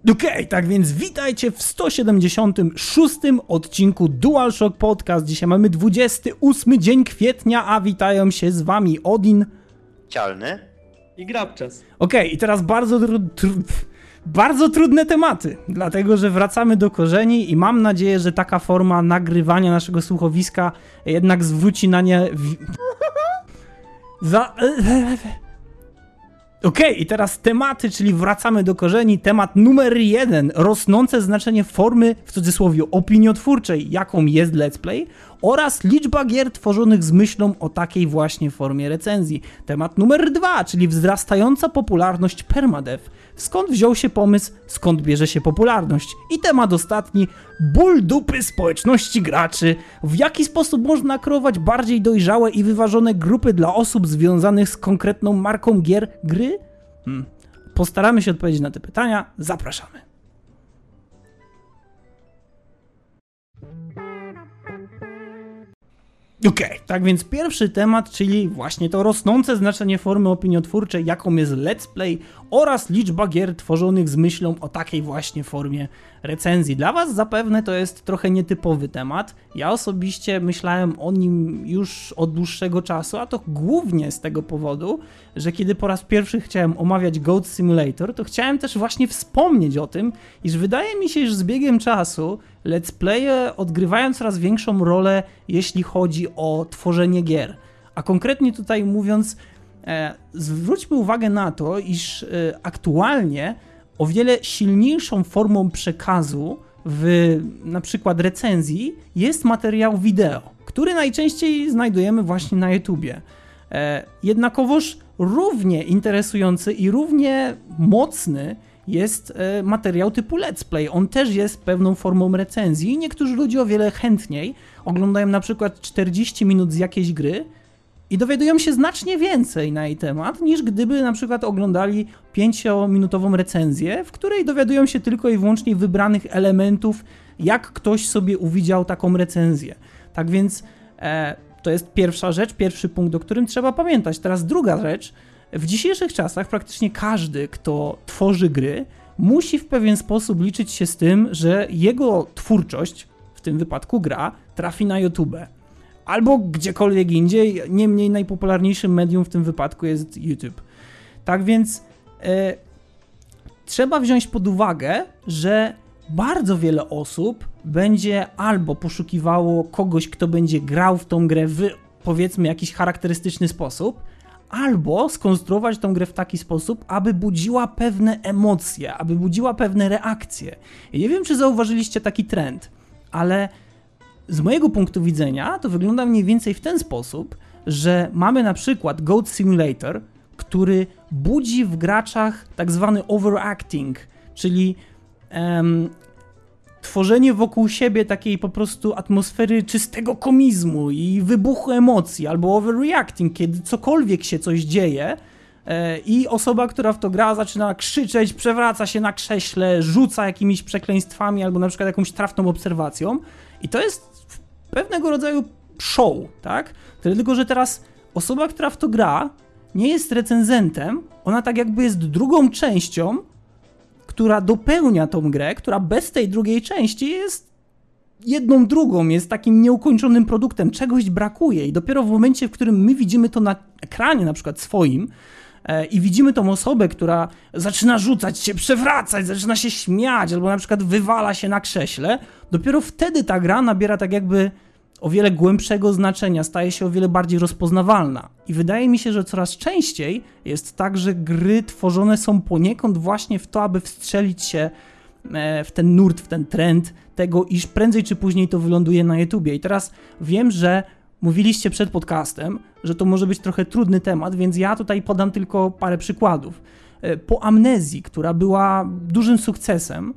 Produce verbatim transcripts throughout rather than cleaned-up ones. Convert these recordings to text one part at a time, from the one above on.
Okej, okay, tak więc witajcie w sto siedemdziesiątym szóstym odcinku DualShock Podcast. Dzisiaj mamy dwudziesty ósmy dzień kwietnia, a witają się z wami Odin, Cialny i Grabczas. Okej, okay, i teraz bardzo, tru, tru, bardzo trudne tematy, dlatego że wracamy do korzeni i mam nadzieję, że taka forma nagrywania naszego słuchowiska jednak zwróci na nie... W... Za... Okej, okay, i teraz tematy, czyli wracamy do korzeni. Temat numer jeden. Rosnące znaczenie formy, w cudzysłowie, opiniotwórczej, jaką jest let's play, oraz liczba gier tworzonych z myślą o takiej właśnie formie recenzji. Temat numer dwa, czyli wzrastająca popularność permadev. Skąd wziął się pomysł, skąd bierze się popularność? I temat ostatni, ból dupy społeczności graczy. W jaki sposób można kreować bardziej dojrzałe i wyważone grupy dla osób związanych z konkretną marką gier, gry? Hmm. Postaramy się odpowiedzieć na te pytania. Zapraszamy. Okej, okay, tak więc pierwszy temat, czyli właśnie to rosnące znaczenie formy opiniotwórczej, jaką jest let's play, oraz liczba gier tworzonych z myślą o takiej właśnie formie recenzji. Dla was zapewne to jest trochę nietypowy temat. Ja osobiście myślałem o nim już od dłuższego czasu, a to głównie z tego powodu, że kiedy po raz pierwszy chciałem omawiać Goat Simulator, to chciałem też właśnie wspomnieć o tym, iż wydaje mi się, że z biegiem czasu let's playe odgrywają coraz większą rolę, jeśli chodzi o tworzenie gier. A konkretnie tutaj mówiąc, e, zwróćmy uwagę na to, iż e, aktualnie o wiele silniejszą formą przekazu w na przykład recenzji jest materiał wideo, który najczęściej znajdujemy właśnie na YouTubie. E, jednakowoż równie interesujący i równie mocny jest e, materiał typu let's play. On też jest pewną formą recenzji i niektórzy ludzie o wiele chętniej oglądają na przykład czterdzieści minut z jakiejś gry i dowiadują się znacznie więcej na jej temat, niż gdyby na przykład oglądali pięciominutową recenzję, w której dowiadują się tylko i wyłącznie wybranych elementów, jak ktoś sobie uwidział taką recenzję. Tak więc e, to jest pierwsza rzecz, pierwszy punkt, o którym trzeba pamiętać. Teraz druga rzecz. W dzisiejszych czasach praktycznie każdy, kto tworzy gry, musi w pewien sposób liczyć się z tym, że jego twórczość, w tym wypadku gra, trafi na YouTube. Albo gdziekolwiek indziej, niemniej najpopularniejszym medium w tym wypadku jest YouTube. Tak więc e, trzeba wziąć pod uwagę, że bardzo wiele osób będzie albo poszukiwało kogoś, kto będzie grał w tą grę w, powiedzmy, jakiś charakterystyczny sposób, albo skonstruować tą grę w taki sposób, aby budziła pewne emocje, aby budziła pewne reakcje. I nie wiem, czy zauważyliście taki trend, ale z mojego punktu widzenia to wygląda mniej więcej w ten sposób, że mamy na przykład Goat Simulator, który budzi w graczach tak zwany overacting, czyli um, tworzenie wokół siebie takiej po prostu atmosfery czystego komizmu i wybuchu emocji, albo overreacting, kiedy cokolwiek się coś dzieje e, i osoba, która w to gra, zaczyna krzyczeć, przewraca się na krześle, rzuca jakimiś przekleństwami albo na przykład jakąś trafną obserwacją i to jest pewnego rodzaju show, tak? Tyle tylko, że teraz osoba, która w to gra, nie jest recenzentem, ona tak jakby jest drugą częścią, która dopełnia tą grę, która bez tej drugiej części jest jedną drugą, jest takim nieukończonym produktem, czegoś brakuje i dopiero w momencie, w którym my widzimy to na ekranie na przykład swoim e, i widzimy tą osobę, która zaczyna rzucać się, przewracać, zaczyna się śmiać albo na przykład wywala się na krześle, dopiero wtedy ta gra nabiera tak jakby o wiele głębszego znaczenia, staje się o wiele bardziej rozpoznawalna. I wydaje mi się, że coraz częściej jest tak, że gry tworzone są poniekąd właśnie w to, aby wstrzelić się w ten nurt, w ten trend tego, iż prędzej czy później to wyląduje na YouTubie. I teraz wiem, że mówiliście przed podcastem, że to może być trochę trudny temat, więc ja tutaj podam tylko parę przykładów. Po Amnezji, która była dużym sukcesem,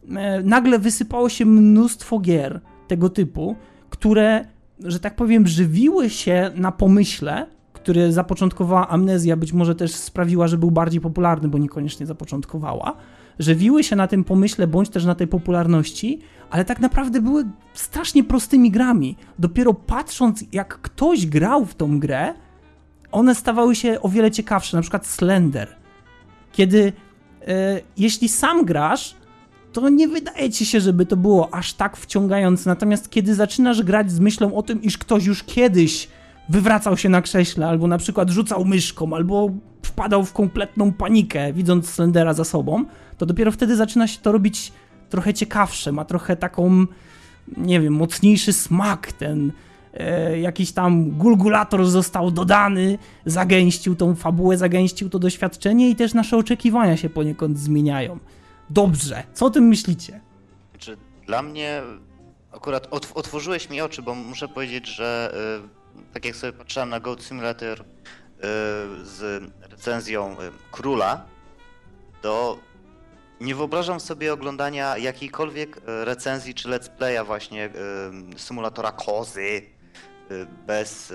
nagle wysypało się mnóstwo gier tego typu, które, że tak powiem, żywiły się na pomyśle, który zapoczątkowała Amnezja, być może też sprawiła, że był bardziej popularny, bo niekoniecznie zapoczątkowała, żywiły się na tym pomyśle, bądź też na tej popularności, ale tak naprawdę były strasznie prostymi grami. Dopiero patrząc, jak ktoś grał w tą grę, one stawały się o wiele ciekawsze, na przykład Slender. Kiedy, e, jeśli sam grasz, to nie wydaje ci się, żeby to było aż tak wciągające. Natomiast kiedy zaczynasz grać z myślą o tym, iż ktoś już kiedyś wywracał się na krześle, albo na przykład rzucał myszką, albo wpadał w kompletną panikę, widząc Slendera za sobą, to dopiero wtedy zaczyna się to robić trochę ciekawsze, ma trochę taką, nie wiem, mocniejszy smak, ten e, jakiś tam gulgulator został dodany, zagęścił tą fabułę, zagęścił to doświadczenie i też nasze oczekiwania się poniekąd zmieniają. Dobrze, co o tym myślicie? Znaczy, dla mnie akurat otw- otworzyłeś mi oczy, bo muszę powiedzieć, że yy, tak jak sobie patrzyłem na Goat Simulator yy, z recenzją yy, Króla, to nie wyobrażam sobie oglądania jakiejkolwiek recenzji czy let's playa właśnie yy, symulatora kozy yy, bez,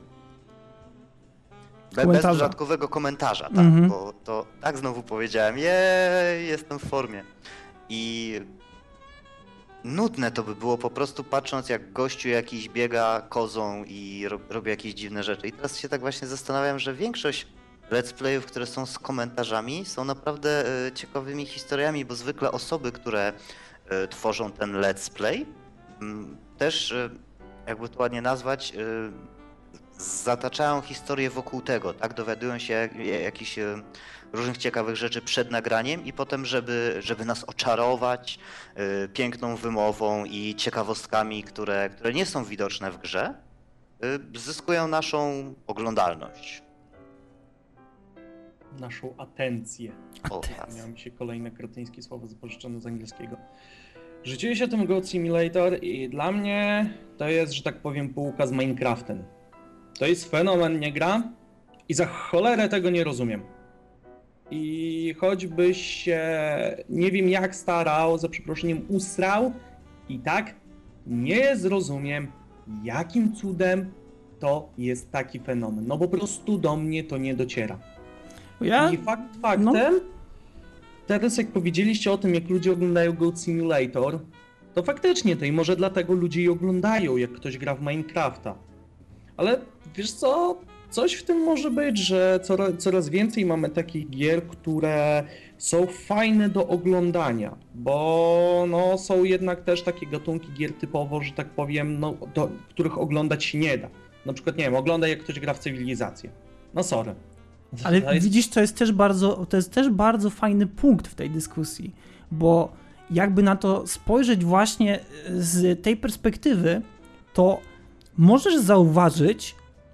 yy, be, bez dodatkowego komentarza, tak? Mm-hmm. Bo to tak znowu powiedziałem, jej, jestem w formie. I nudne to by było po prostu patrząc jak gościu jakiś biega kozą i ro, robi jakieś dziwne rzeczy. I teraz się tak właśnie zastanawiam, że większość let's playów, które są z komentarzami, są naprawdę y, ciekawymi historiami, bo zwykle osoby, które y, tworzą ten let's play, y, też, y, jakby to ładnie nazwać, y, zataczają historię wokół tego, tak? Dowiadują się jak, jakichś y, różnych ciekawych rzeczy przed nagraniem i potem, żeby, żeby nas oczarować y, piękną wymową i ciekawostkami, które, które nie są widoczne w grze, y, zyskują naszą oglądalność. Naszą atencję. O, tak. Miało mi się kolejne kretyńskie słowo zapożyczone z angielskiego. Rzuciłem się tym Goat Simulator i dla mnie to jest, że tak powiem, półka z Minecraftem. To jest fenomen, nie gra i za cholerę tego nie rozumiem. I choćbyś się nie wiem jak starał, za przeproszeniem usrał, i tak nie zrozumiem, jakim cudem to jest taki fenomen. No po prostu do mnie to nie dociera. Ja? I fakt faktem, no. Teraz jak powiedzieliście o tym, jak ludzie oglądają Goat Simulator, to faktycznie to i może dlatego ludzie je oglądają, jak ktoś gra w Minecrafta. Ale wiesz co, coś w tym może być, że coraz, coraz więcej mamy takich gier, które są fajne do oglądania, bo no, są jednak też takie gatunki gier typowo, że tak powiem, no, do których oglądać się nie da. Na przykład, nie wiem, oglądaj jak ktoś gra w Cywilizację. No sorry. Ale jest... widzisz, to jest też bardzo, to jest też bardzo fajny punkt w tej dyskusji, bo jakby na to spojrzeć właśnie z tej perspektywy, to możesz zauważyć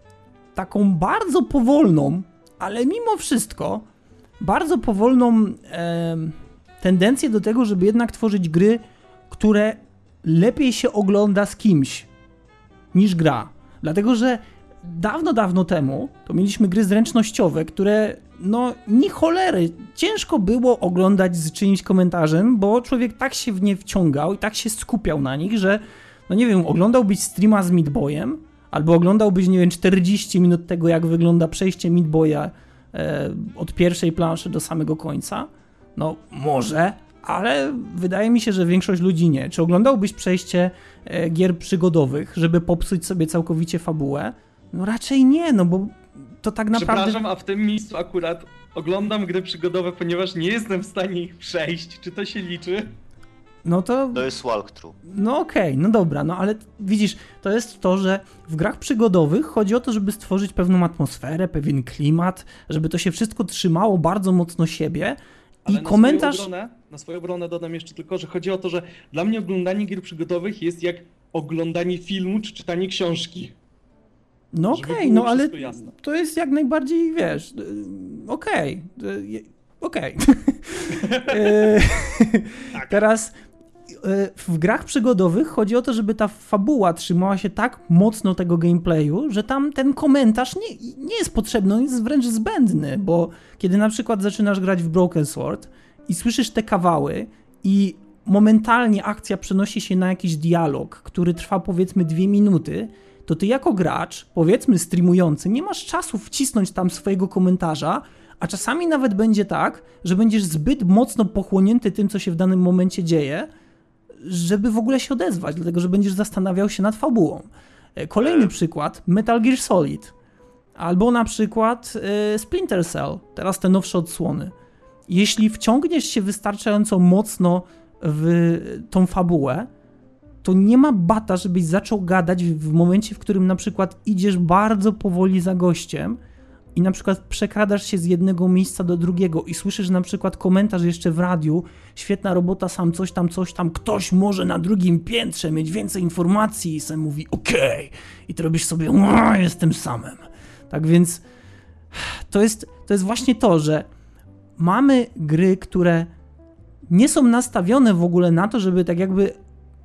taką bardzo powolną, ale mimo wszystko bardzo powolną e, tendencję do tego, żeby jednak tworzyć gry, które lepiej się ogląda z kimś niż gra. Dlatego, że dawno, dawno temu to mieliśmy gry zręcznościowe, które no ni cholery ciężko było oglądać z czyimś komentarzem, bo człowiek tak się w nie wciągał i tak się skupiał na nich, że no nie wiem, oglądałbyś streama z Meat Boyem, albo oglądałbyś, nie wiem, czterdzieści minut tego, jak wygląda przejście Meat Boya e, od pierwszej planszy do samego końca. No może, ale wydaje mi się, że większość ludzi nie. Czy oglądałbyś przejście e, gier przygodowych, żeby popsuć sobie całkowicie fabułę? No raczej nie, no bo to tak naprawdę... Przepraszam, a w tym miejscu akurat oglądam gry przygodowe, ponieważ nie jestem w stanie ich przejść. Czy to się liczy? No to... To jest walkthrough. No okej, okay, no dobra, no ale widzisz, to jest to, że w grach przygodowych chodzi o to, żeby stworzyć pewną atmosferę, pewien klimat, żeby to się wszystko trzymało bardzo mocno siebie i ale komentarz... Na swoją, obronę, na swoją obronę dodam jeszcze tylko, że chodzi o to, że dla mnie oglądanie gier przygodowych jest jak oglądanie filmu czy czytanie książki. No okej, okay, no ale jasne. To jest jak najbardziej, wiesz, okej, okay, okej. Okay. tak. Teraz w grach przygodowych chodzi o to, żeby ta fabuła trzymała się tak mocno tego gameplayu, że tam ten komentarz nie, nie jest potrzebny, on jest wręcz zbędny, bo kiedy na przykład zaczynasz grać w Broken Sword i słyszysz te kawały i momentalnie akcja przenosi się na jakiś dialog, który trwa powiedzmy dwie minuty, to ty jako gracz, powiedzmy streamujący, nie masz czasu wcisnąć tam swojego komentarza, a czasami nawet będzie tak, że będziesz zbyt mocno pochłonięty tym, co się w danym momencie dzieje, żeby w ogóle się odezwać, dlatego że będziesz zastanawiał się nad fabułą. Kolejny przykład, Metal Gear Solid, albo na przykład y, Splinter Cell, teraz te nowsze odsłony. Jeśli wciągniesz się wystarczająco mocno w tą fabułę, to nie ma bata, żebyś zaczął gadać w momencie, w którym na przykład idziesz bardzo powoli za gościem i na przykład przekradasz się z jednego miejsca do drugiego i słyszysz na przykład komentarz jeszcze w radiu, świetna robota, sam coś tam, coś tam, ktoś może na drugim piętrze mieć więcej informacji i sam mówi okej. Okay. I ty robisz sobie, jestem samym. Tak więc to jest, to jest właśnie to, że mamy gry, które nie są nastawione w ogóle na to, żeby tak jakby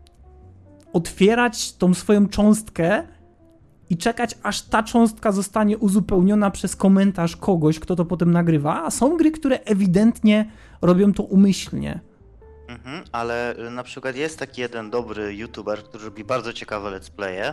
otwierać tą swoją cząstkę i czekać, aż ta cząstka zostanie uzupełniona przez komentarz kogoś, kto to potem nagrywa, a są gry, które ewidentnie robią to umyślnie. Mhm, ale na przykład jest taki jeden dobry youtuber, który robi bardzo ciekawe let's playe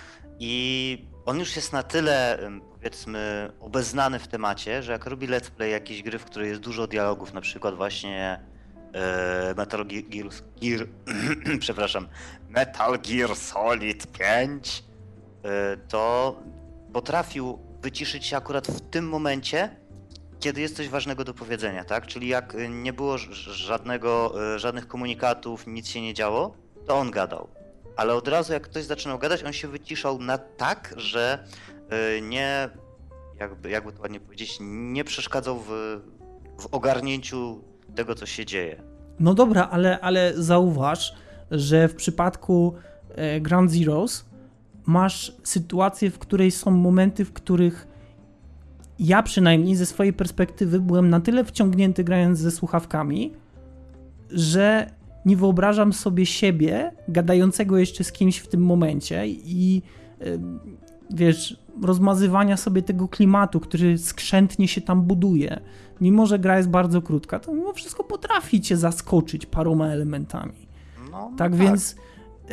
i on już jest na tyle, powiedzmy, obeznany w temacie, że jak robi let's play jakiejś gry, w której jest dużo dialogów, na przykład właśnie e, Metal Gear, Gear, przepraszam, Metal Gear Solid pięć, e, to potrafił wyciszyć się akurat w tym momencie, kiedy jest coś ważnego do powiedzenia, tak? Czyli jak nie było żadnego, żadnych komunikatów, nic się nie działo, to on gadał. Ale od razu jak ktoś zaczynał gadać, on się wyciszał na tak, że nie, jakby, jakby to ładnie powiedzieć, nie przeszkadzał w, w ogarnięciu tego, co się dzieje. No dobra, ale, ale zauważ, że w przypadku e, Ground Zeroes masz sytuację, w której są momenty, w których ja przynajmniej ze swojej perspektywy byłem na tyle wciągnięty grając ze słuchawkami, że nie wyobrażam sobie siebie gadającego jeszcze z kimś w tym momencie i yy, wiesz, rozmazywania sobie tego klimatu, który skrzętnie się tam buduje. Mimo że gra jest bardzo krótka, to mimo wszystko potrafi cię zaskoczyć paroma elementami. No, tak, tak więc... Yy...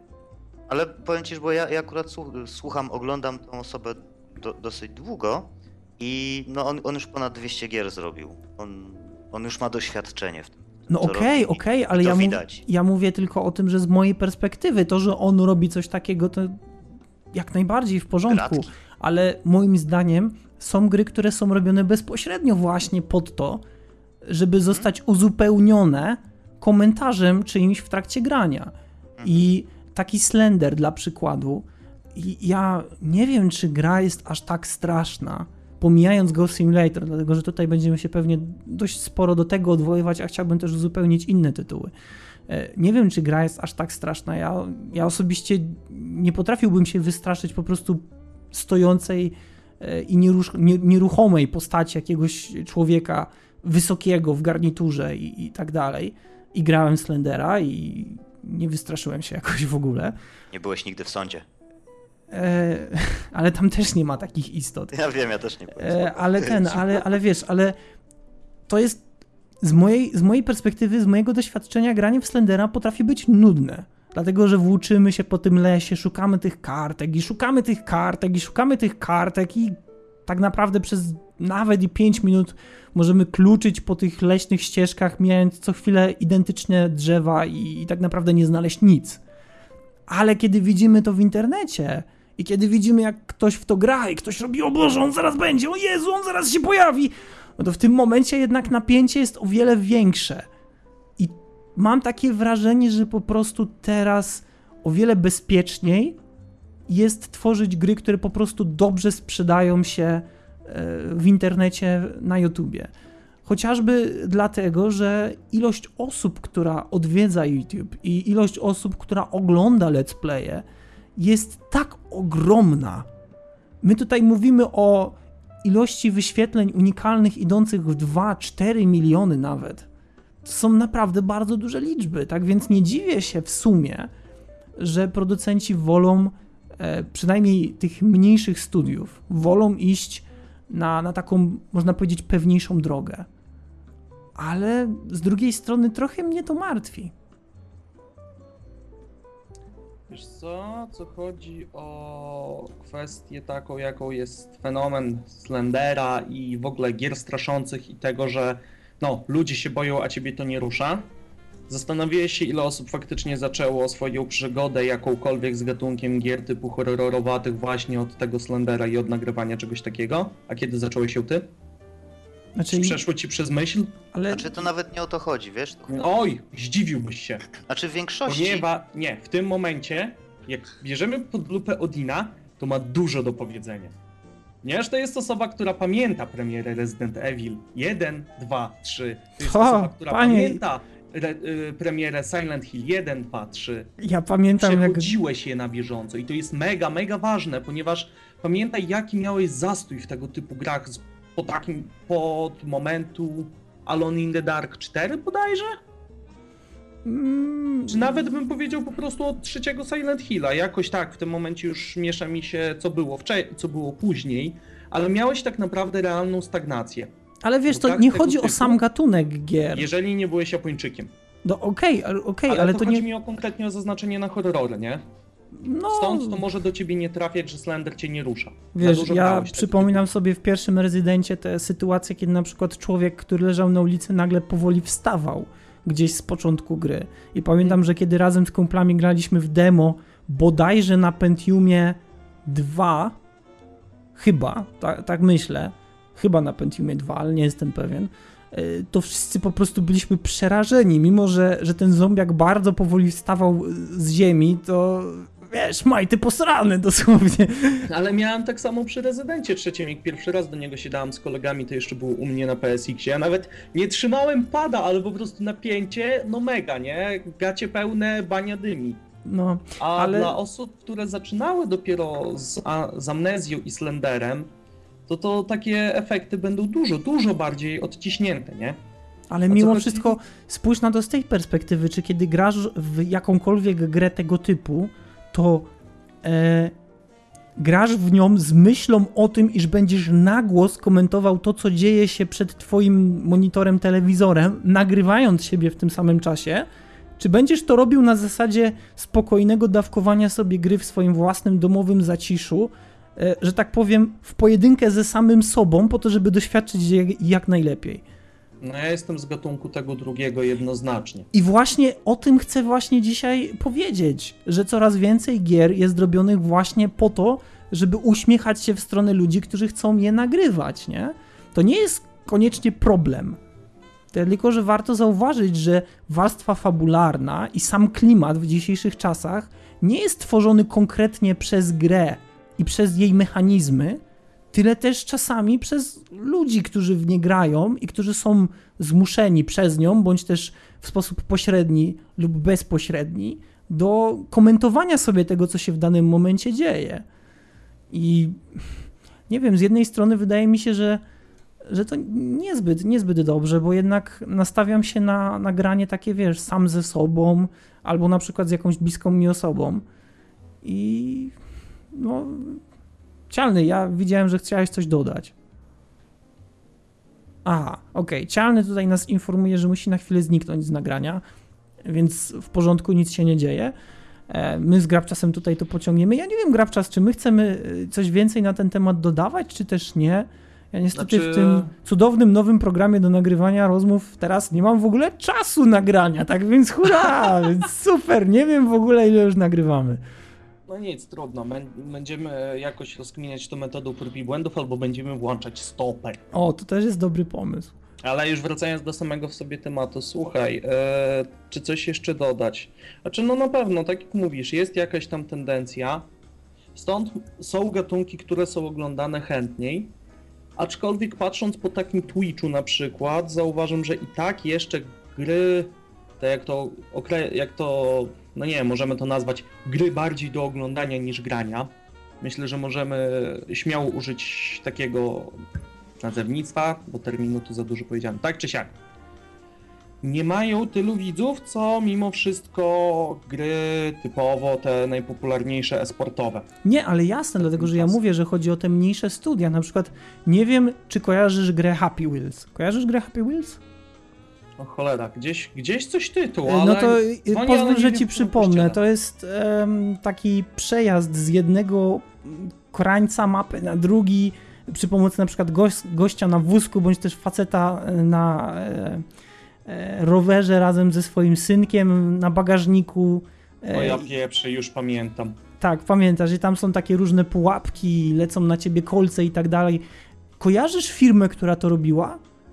Ale powiem ci, bo ja, ja akurat słucham, oglądam tą osobę do, dosyć długo i no on, on już ponad dwieście gier zrobił. On, on już ma doświadczenie w tym. No okej, okay, okej, okay, ale ja, mów, ja mówię tylko o tym, że z mojej perspektywy to, że on robi coś takiego, to jak najbardziej w porządku, Gratki. Ale moim zdaniem są gry, które są robione bezpośrednio właśnie pod to, żeby zostać uzupełnione komentarzem czyimś w trakcie grania. I taki Slender dla przykładu, i ja nie wiem, czy gra jest aż tak straszna, pomijając Ghost Simulator, dlatego że tutaj będziemy się pewnie dość sporo do tego odwoływać, a chciałbym też uzupełnić inne tytuły. Nie wiem, czy gra jest aż tak straszna. Ja, ja osobiście nie potrafiłbym się wystraszyć po prostu stojącej i nieruch, nie, nieruchomej postaci jakiegoś człowieka wysokiego w garniturze i, i tak dalej. I grałem Slendera i nie wystraszyłem się jakoś w ogóle. Nie byłeś nigdy w sądzie. E, ale tam też nie ma takich istot. Ja wiem, ja też nie byłem. E, ale ten, ale, ale wiesz, ale to jest z mojej, z mojej perspektywy, z mojego doświadczenia granie w Slendera potrafi być nudne. Dlatego, że włóczymy się po tym lesie, szukamy tych kartek i szukamy tych kartek i szukamy tych kartek i tak naprawdę przez nawet i pięć minut możemy kluczyć po tych leśnych ścieżkach, mijając co chwilę identyczne drzewa i, i tak naprawdę nie znaleźć nic. Ale kiedy widzimy to w internecie i kiedy widzimy, jak ktoś w to gra i ktoś robi, o Boże, on zaraz będzie, o Jezu, on zaraz się pojawi, no to w tym momencie jednak napięcie jest o wiele większe. I mam takie wrażenie, że po prostu teraz o wiele bezpieczniej jest tworzyć gry, które po prostu dobrze sprzedają się w internecie, na YouTubie. Chociażby dlatego, że ilość osób, która odwiedza YouTube i ilość osób, która ogląda let's playe jest tak ogromna. My tutaj mówimy o ilości wyświetleń unikalnych idących w dwa cztery miliony nawet. To są naprawdę bardzo duże liczby, tak więc nie dziwię się w sumie, że producenci wolą, e, przynajmniej tych mniejszych studiów, wolą iść na, na taką, można powiedzieć, pewniejszą drogę. Ale z drugiej strony trochę mnie to martwi. Wiesz co, co chodzi o kwestię taką, jaką jest fenomen Slendera i w ogóle gier straszących i tego, że no, ludzie się boją, a ciebie to nie rusza. Zastanowiłeś się, ile osób faktycznie zaczęło swoją przygodę jakąkolwiek z gatunkiem gier typu horrorowatych właśnie od tego Slendera i od nagrywania czegoś takiego? A kiedy zacząłeś się ty? Znaczy, przeszło ci przez myśl? Ale... Znaczy to nawet nie o to chodzi, wiesz? Oj, zdziwiłbyś się. Znaczy w większości... Ponieważ, nie, w tym momencie, jak bierzemy pod lupę Odina, to ma dużo do powiedzenia. Ponieważ to jest osoba, która pamięta premierę Resident Evil jeden, dwa, trzy. To jest O, osoba, która panie... pamięta re, y, premierę Silent Hill jeden, dwa, trzy. Ja pamiętam jak... Przechodziłeś je na bieżąco i to jest mega, mega ważne, ponieważ pamiętaj, jaki miałeś zastój w tego typu grach z, po takim, pod momentu Alone in the Dark cztery bodajże? Mm... Czy nawet bym powiedział po prostu od trzeciego Silent Hilla. Jakoś tak, w tym momencie już miesza mi się, co było wcześniej, co było później, ale miałeś tak naprawdę realną stagnację. Ale wiesz, to tak nie tego chodzi typu, o sam gatunek gier. Jeżeli nie byłeś Japończykiem. No okej, okay, okay, ale, ale to, to nie... chodzi mi o konkretnie o zaznaczenie na horrory, nie? No, Stąd to może do ciebie nie trafiać, że Slender cię nie rusza. wiesz, ja przypominam sobie w pierwszym Rezydencie te sytuacje, kiedy na przykład człowiek, który leżał na ulicy, nagle powoli wstawał gdzieś z początku gry. I pamiętam, że kiedy razem z kumplami graliśmy w demo, bodajże na Pentiumie dwa, chyba, tak, tak myślę, chyba na Pentiumie dwa, ale nie jestem pewien, to wszyscy po prostu byliśmy przerażeni, mimo że, że ten zombiak bardzo powoli wstawał z ziemi, to wiesz, majty posrane dosłownie. Ale miałem tak samo przy Rezydencie trzecim, jak pierwszy raz do niego siadałem z kolegami, to jeszcze było u mnie na P S X. Ja nawet nie trzymałem pada, ale po prostu napięcie, no mega, nie? Gacie pełne, bania dymi. No, A ale... dla osób, które zaczynały dopiero z, a, z Amnezją i Slenderem, to to takie efekty będą dużo, dużo bardziej odciśnięte, nie? Ale mimo wszystko spójrz na to z tej perspektywy, czy kiedy grasz w jakąkolwiek grę tego typu, to e, grasz w nią z myślą o tym, iż będziesz na głos komentował to, co dzieje się przed twoim monitorem, telewizorem, nagrywając siebie w tym samym czasie, czy będziesz to robił na zasadzie spokojnego dawkowania sobie gry w swoim własnym domowym zaciszu, e, że tak powiem, w pojedynkę ze samym sobą, po to, żeby doświadczyć jak, jak najlepiej. No ja jestem z gatunku tego drugiego jednoznacznie. I właśnie o tym chcę właśnie dzisiaj powiedzieć, że coraz więcej gier jest robionych właśnie po to, żeby uśmiechać się w stronę ludzi, którzy chcą je nagrywać, nie? To nie jest koniecznie problem. Tylko że warto zauważyć, że warstwa fabularna i sam klimat w dzisiejszych czasach nie jest tworzony konkretnie przez grę i przez jej mechanizmy, tyle też czasami przez ludzi, którzy w nie grają i którzy są zmuszeni przez nią, bądź też w sposób pośredni lub bezpośredni, do komentowania sobie tego, co się w danym momencie dzieje. I nie wiem, z jednej strony wydaje mi się, że, że to niezbyt, niezbyt dobrze, bo jednak nastawiam się na, na granie takie, wiesz, sam ze sobą, albo na przykład z jakąś bliską mi osobą. I no... Cialny, ja widziałem, że chciałeś coś dodać. Aha, okej. Okay. Cialny tutaj nas informuje, że musi na chwilę zniknąć z nagrania, więc w porządku, nic się nie dzieje. My z Grabczasem tutaj to pociągniemy. Ja nie wiem, Grabczas, czy my chcemy coś więcej na ten temat dodawać, czy też nie. Ja niestety znaczy... w tym cudownym nowym programie do nagrywania rozmów teraz nie mam w ogóle czasu nagrania, tak więc hurra, więc super, nie wiem w ogóle, ile już nagrywamy. No nic, trudno. Będziemy jakoś rozkminiać to metodą prób i błędów, albo będziemy włączać stoper. O, to też jest dobry pomysł. Ale już wracając do samego w sobie tematu, słuchaj, e, czy coś jeszcze dodać? Znaczy, no na pewno, tak jak mówisz, jest jakaś tam tendencja, stąd są gatunki, które są oglądane chętniej, aczkolwiek patrząc po takim Twitchu na przykład, zauważam, że i tak jeszcze gry, tak jak to, jak to no nie, możemy to nazwać gry bardziej do oglądania niż grania. Myślę, że możemy śmiało użyć takiego nazewnictwa, bo terminu tu za dużo powiedziałem. Tak czy siak. Nie mają tylu widzów, co mimo wszystko gry typowo te najpopularniejsze e-sportowe. Nie, ale jasne, dlatego że ja mówię, że chodzi o te mniejsze studia. Na przykład nie wiem, czy kojarzysz grę Happy Wheels. Kojarzysz grę Happy Wheels? O cholera, gdzieś, gdzieś coś tytuł, ale... No to dzwonię, pozwól, że ci przypomnę. To jest um, taki przejazd z jednego krańca mapy na drugi przy pomocy na przykład goś, gościa na wózku, bądź też faceta na e, e, rowerze razem ze swoim synkiem na bagażniku. E, o ja pieprzę, już pamiętam. Tak, pamiętasz, i tam są takie różne pułapki, lecą na ciebie kolce i tak dalej. Kojarzysz firmę, która to robiła?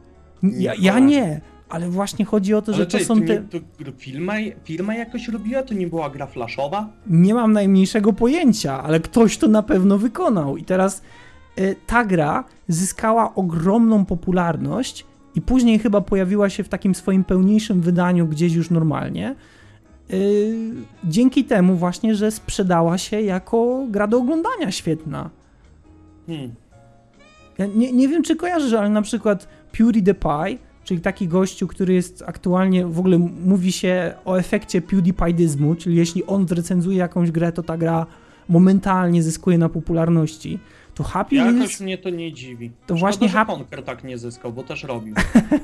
Ja, ja nie, ale właśnie chodzi o to, ale że czy, to są to te... Nie, to firma, firma jakoś robiła? To nie była gra flashowa? Nie mam najmniejszego pojęcia, ale ktoś to na pewno wykonał. I teraz y, ta gra zyskała ogromną popularność i później chyba pojawiła się w takim swoim pełniejszym wydaniu gdzieś już normalnie. Y, dzięki temu właśnie, że sprzedała się jako gra do oglądania świetna. Hmm. Ja nie, nie wiem, czy kojarzysz, ale na przykład PewDiePie, czyli taki gościu, który jest aktualnie, w ogóle mówi się o efekcie PewDiePie'dyzmu, czyli jeśli on zrecenzuje jakąś grę, to ta gra momentalnie zyskuje na popularności. To Happy Jakoś Wheels... mnie to nie dziwi. To Szkoda, właśnie że Happy... Conker tak nie zyskał, bo też robił.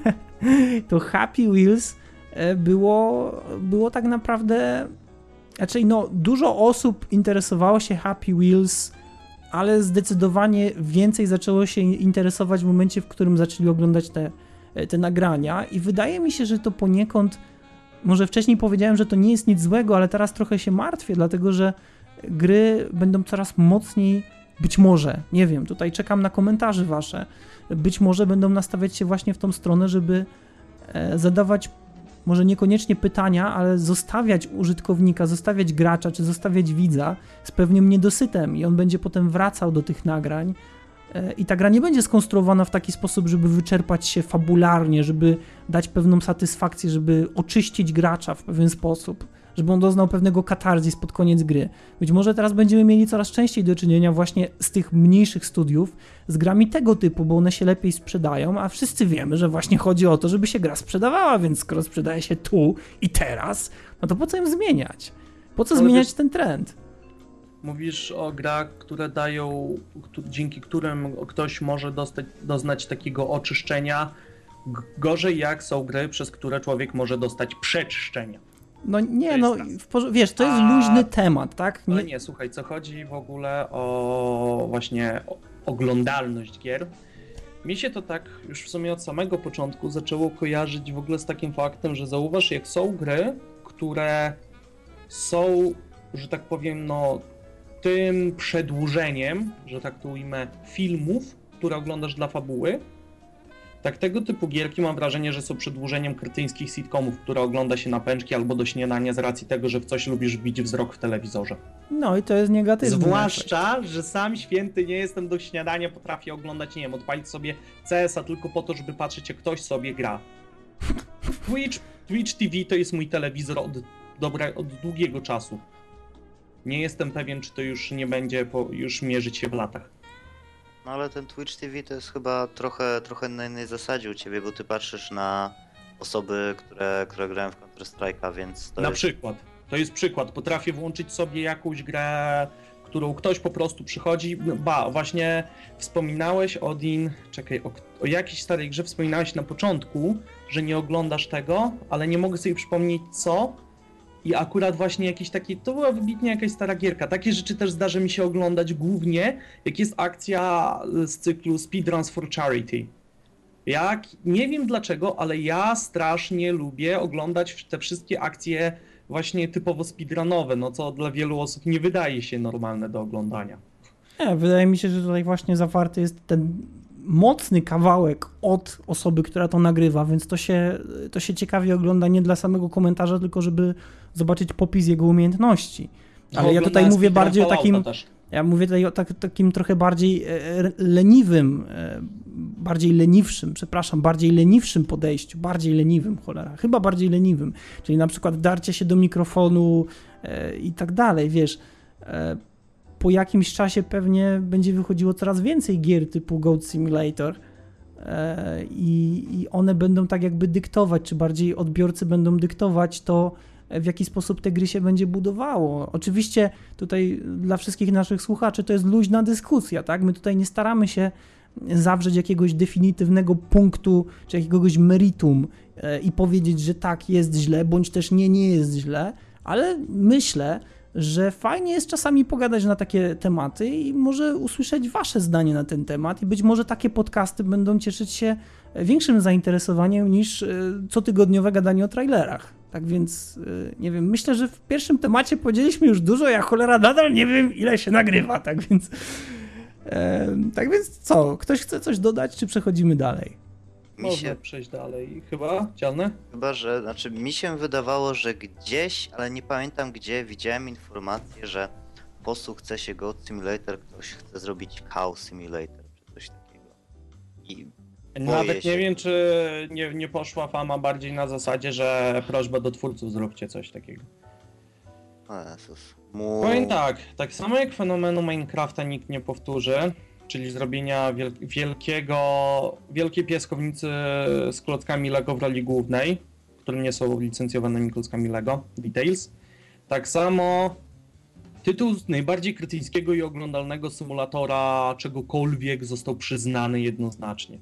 to Happy Wheels było, było tak naprawdę... Znaczy, no, dużo osób interesowało się Happy Wheels, ale zdecydowanie więcej zaczęło się interesować w momencie, w którym zaczęli oglądać te, te nagrania i wydaje mi się, że to poniekąd, może wcześniej powiedziałem, że to nie jest nic złego, ale teraz trochę się martwię, dlatego że gry będą coraz mocniej, być może, nie wiem, tutaj czekam na komentarze wasze, być może będą nastawiać się właśnie w tą stronę, żeby zadawać może niekoniecznie pytania, ale zostawiać użytkownika, zostawiać gracza, czy zostawiać widza z pewnym niedosytem i on będzie potem wracał do tych nagrań i ta gra nie będzie skonstruowana w taki sposób, żeby wyczerpać się fabularnie, żeby dać pewną satysfakcję, żeby oczyścić gracza w pewien sposób, żeby on doznał pewnego katarzis pod koniec gry. Być może teraz będziemy mieli coraz częściej do czynienia właśnie z tych mniejszych studiów z grami tego typu, bo one się lepiej sprzedają, a wszyscy wiemy, że właśnie chodzi o to, żeby się gra sprzedawała, więc skoro sprzedaje się tu i teraz, no to po co ją zmieniać? Po co Ale zmieniać wiesz, ten trend? Mówisz o grach, które dają, dzięki którym ktoś może dostać, doznać takiego oczyszczenia. Gorzej jak są gry, przez które człowiek może dostać przeczyszczenia. No nie, no w, wiesz, to jest A, luźny temat, tak? Nie... Nie... Ale nie, słuchaj, co chodzi w ogóle o właśnie oglądalność gier. Mi się to tak już w sumie od samego początku zaczęło kojarzyć w ogóle z takim faktem, że zauważ, jak są gry, które są, że tak powiem, no tym przedłużeniem, że tak to ujmę, filmów, które oglądasz dla fabuły, tak tego typu gierki mam wrażenie, że są przedłużeniem kretyńskich sitcomów, które ogląda się na pęczki albo do śniadania z racji tego, że w coś lubisz wbić wzrok w telewizorze. No i to jest negatywne. Zwłaszcza, że sam święty nie jestem do śniadania, potrafię oglądać, nie wiem, odpalić sobie C S a tylko po to, żeby patrzeć, jak ktoś sobie gra. Twitch, Twitch T V to jest mój telewizor od, dobra, od długiego czasu. Nie jestem pewien, czy to już nie będzie po, już mierzyć się w latach. No ale ten Twitch T V to jest chyba trochę, trochę na innej zasadzie u ciebie, bo ty patrzysz na osoby, które, które grają w Counter-Strike'a, więc to Na jest... przykład. To jest przykład. Potrafię włączyć sobie jakąś grę, którą ktoś po prostu przychodzi. Ba, właśnie wspominałeś, Odin, czekaj, o, o jakiejś starej grze wspominałeś na początku, że nie oglądasz tego, ale nie mogę sobie przypomnieć co. I akurat właśnie jakiś taki, to była wybitnie jakaś stara gierka. Takie rzeczy też zdarza mi się oglądać głównie, jak jest akcja z cyklu Speedruns for Charity. Jak, nie wiem dlaczego, ale ja strasznie lubię oglądać te wszystkie akcje właśnie typowo speedrunowe, no co dla wielu osób nie wydaje się normalne do oglądania. Nie, wydaje mi się, że tutaj właśnie zawarty jest ten mocny kawałek od osoby, która to nagrywa, więc to się, to się ciekawie ogląda nie dla samego komentarza, tylko żeby zobaczyć popis jego umiejętności. Ale No, ja tutaj mówię bardziej o takim, też. ja mówię tutaj o tak, takim trochę bardziej leniwym, bardziej leniwszym, przepraszam, bardziej leniwszym podejściu, bardziej leniwym, cholera, chyba bardziej leniwym, czyli na przykład darcie się do mikrofonu i tak dalej, wiesz. Po jakimś czasie pewnie będzie wychodziło coraz więcej gier typu Goat Simulator i, i one będą tak jakby dyktować, czy bardziej odbiorcy będą dyktować to, w jaki sposób te gry się będzie budowało. Oczywiście tutaj dla wszystkich naszych słuchaczy to jest luźna dyskusja, tak? My tutaj nie staramy się zawrzeć jakiegoś definitywnego punktu, czy jakiegoś meritum i powiedzieć, że tak, jest źle, bądź też nie, nie jest źle, ale myślę, że fajnie jest czasami pogadać na takie tematy i może usłyszeć wasze zdanie na ten temat i być może takie podcasty będą cieszyć się większym zainteresowaniem niż cotygodniowe gadanie o trailerach. Tak więc, nie wiem, myślę, że w pierwszym temacie powiedzieliśmy już dużo, ja cholera nadal nie wiem, ile się nagrywa, tak więc... E, tak więc co? Ktoś chce coś dodać, czy przechodzimy dalej? Mi Można się, przejść dalej. Chyba? Dzielne? chyba, że, znaczy mi się wydawało, że gdzieś, ale nie pamiętam gdzie, widziałem informację, że po sukcesie Goat Simulator ktoś chce zrobić Cow Simulator, czy coś takiego. I Nawet się. nie wiem, czy nie, nie poszła fama bardziej na zasadzie, że prośba do twórców, zróbcie coś takiego. O Jezus. Mu... Powiem tak, tak samo jak fenomenu Minecrafta nikt nie powtórzy, czyli zrobienia wiel wielkiego, wielkiej piaskownicy z klockami Lego w roli głównej, które nie są licencjowanymi klockami Lego, Details. Tak samo tytuł najbardziej krytyjskiego i oglądalnego symulatora czegokolwiek został przyznany jednoznacznie.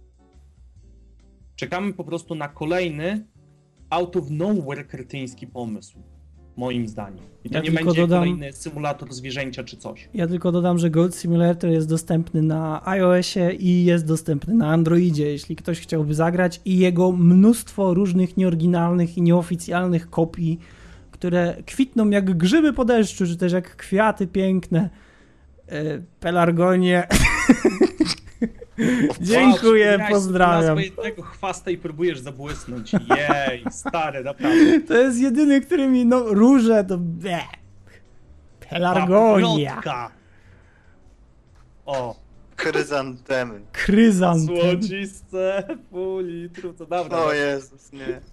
Czekamy po prostu na kolejny out of nowhere kretyński pomysł. Moim zdaniem. I to Ja nie tylko będzie dodam- kolejny symulator zwierzęcia czy coś. Ja tylko dodam, że Goat Simulator jest dostępny na iOSie i jest dostępny na Androidzie, jeśli ktoś chciałby zagrać, i jego mnóstwo różnych nieoryginalnych i nieoficjalnych kopii, które kwitną jak grzyby po deszczu, czy też jak kwiaty piękne. E, Pelargonie. Dziękuję, Patrz, pozdrawiam. Na swojego chwasta i próbujesz zabłysnąć. Jej, stary, naprawdę. To jest jedyny, który mi, no, róże to... Bleh. Pelargonia. Paplotka. O, Chryzantemy. Kryzantem. złociste, pół litru, to dobra. O Jezus, nie.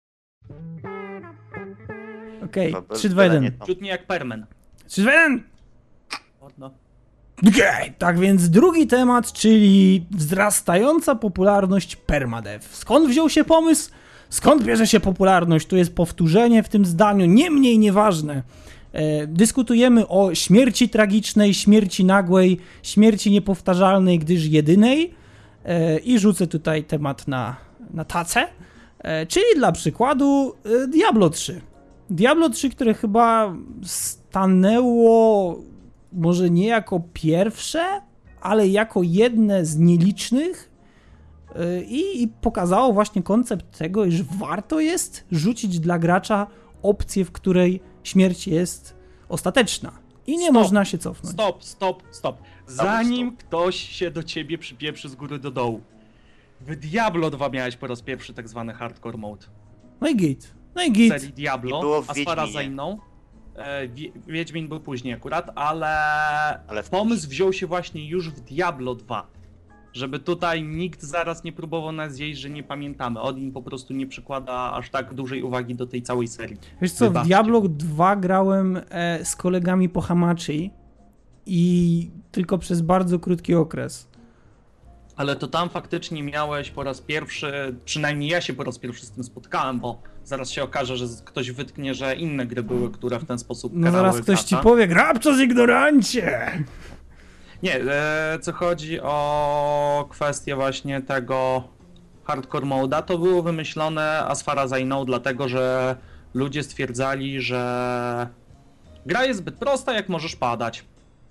Okej, Chyba trzy, dwa, jeden. nie to. Czutnie jak permen. trzy, dwa, jeden. O, no. Okej, tak więc drugi temat, czyli wzrastająca popularność permadev. Skąd wziął się pomysł? Skąd bierze się popularność? Tu jest powtórzenie w tym zdaniu, nie mniej nieważne. E, dyskutujemy o śmierci tragicznej, śmierci nagłej, śmierci niepowtarzalnej, gdyż jedynej. E, I rzucę tutaj temat na, na tacę. E, czyli dla przykładu e, Diablo trzy. Diablo trzy, które chyba stanęło może nie jako pierwsze, ale jako jedne z nielicznych yy, i, i pokazało właśnie koncept tego, iż warto jest rzucić dla gracza opcję, w której śmierć jest ostateczna i nie Stop. można się cofnąć. Stop, stop, stop. Zanim ktoś się do ciebie przypieprzy z góry do dołu. W Diablo dwa miałeś po raz pierwszy tak zwany hardcore mode. No i git. No i W git. serii Diablo, I było w a z Fara za Wiedźminie. inną. E, Wie- Wiedźmin był później akurat, ale, Ale w- pomysł wziął się właśnie już w Diablo dwa. Żeby tutaj nikt zaraz nie próbował nas zjeść, że nie pamiętamy. Odin po prostu nie przykłada aż tak dużej uwagi do tej całej serii. Wiesz co, w Wybaczcie. Diablo dwa grałem e, z kolegami po Hamachi i tylko przez bardzo krótki okres. Ale to tam faktycznie miałeś po raz pierwszy, przynajmniej ja się po raz pierwszy z tym spotkałem, bo zaraz się okaże, że ktoś wytknie, że inne gry były, które w ten sposób No karały zaraz ktoś ci gracza. powie, grabco z ignorancie! Nie, e, co chodzi o kwestię właśnie tego hardcore moda, to było wymyślone as far as I know, dlatego że ludzie stwierdzali, że gra jest zbyt prosta, jak możesz padać.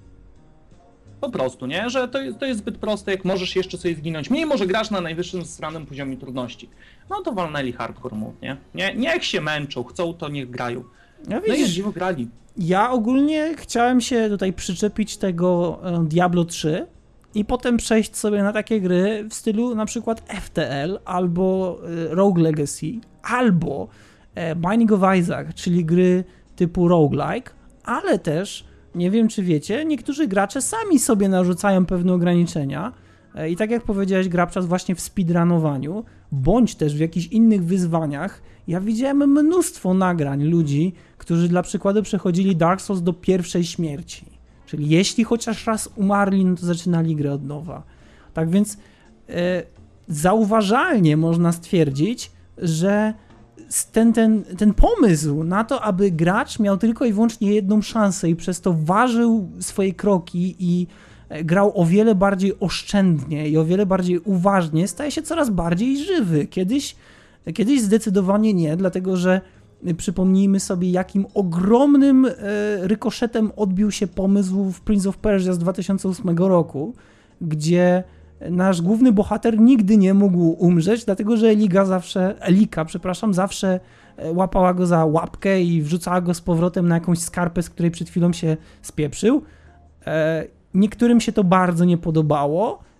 Po prostu, nie? Że to jest, to jest zbyt proste, jak możesz jeszcze sobie zginąć. Mniej może grasz na najwyższym stranym poziomie trudności. No to walnęli hardcore mode, nie? nie? Niech się męczą, chcą to niech grają. Ja No i widzisz, dziwo grali. ja ogólnie chciałem się tutaj przyczepić tego e, Diablo trzy i potem przejść sobie na takie gry w stylu na przykład F T L albo e, Rogue Legacy, albo e, Binding of Isaac, czyli gry typu roguelike, ale też, nie wiem czy wiecie, niektórzy gracze sami sobie narzucają pewne ograniczenia e, i tak jak powiedziałeś, Grabczas, właśnie w speedrunowaniu, bądź też w jakichś innych wyzwaniach. Ja widziałem mnóstwo nagrań ludzi, którzy dla przykładu przechodzili Dark Souls do pierwszej śmierci. Czyli jeśli chociaż raz umarli, no to zaczynali grę od nowa. Tak więc e, zauważalnie można stwierdzić, że ten, ten, ten pomysł na to, aby gracz miał tylko i wyłącznie jedną szansę i przez to ważył swoje kroki i e, grał o wiele bardziej oszczędnie i o wiele bardziej uważnie, staje się coraz bardziej żywy. Kiedyś Kiedyś zdecydowanie nie, dlatego że y, przypomnijmy sobie, jakim ogromnym e, rykoszetem odbił się pomysł w Prince of Persia z dwa tysiące ósmego roku, gdzie nasz główny bohater nigdy nie mógł umrzeć, dlatego że Eliga zawsze, Elika, przepraszam, zawsze e, łapała go za łapkę i wrzucała go z powrotem na jakąś skarpę, z której przed chwilą się spieprzył. E, niektórym się to bardzo nie podobało,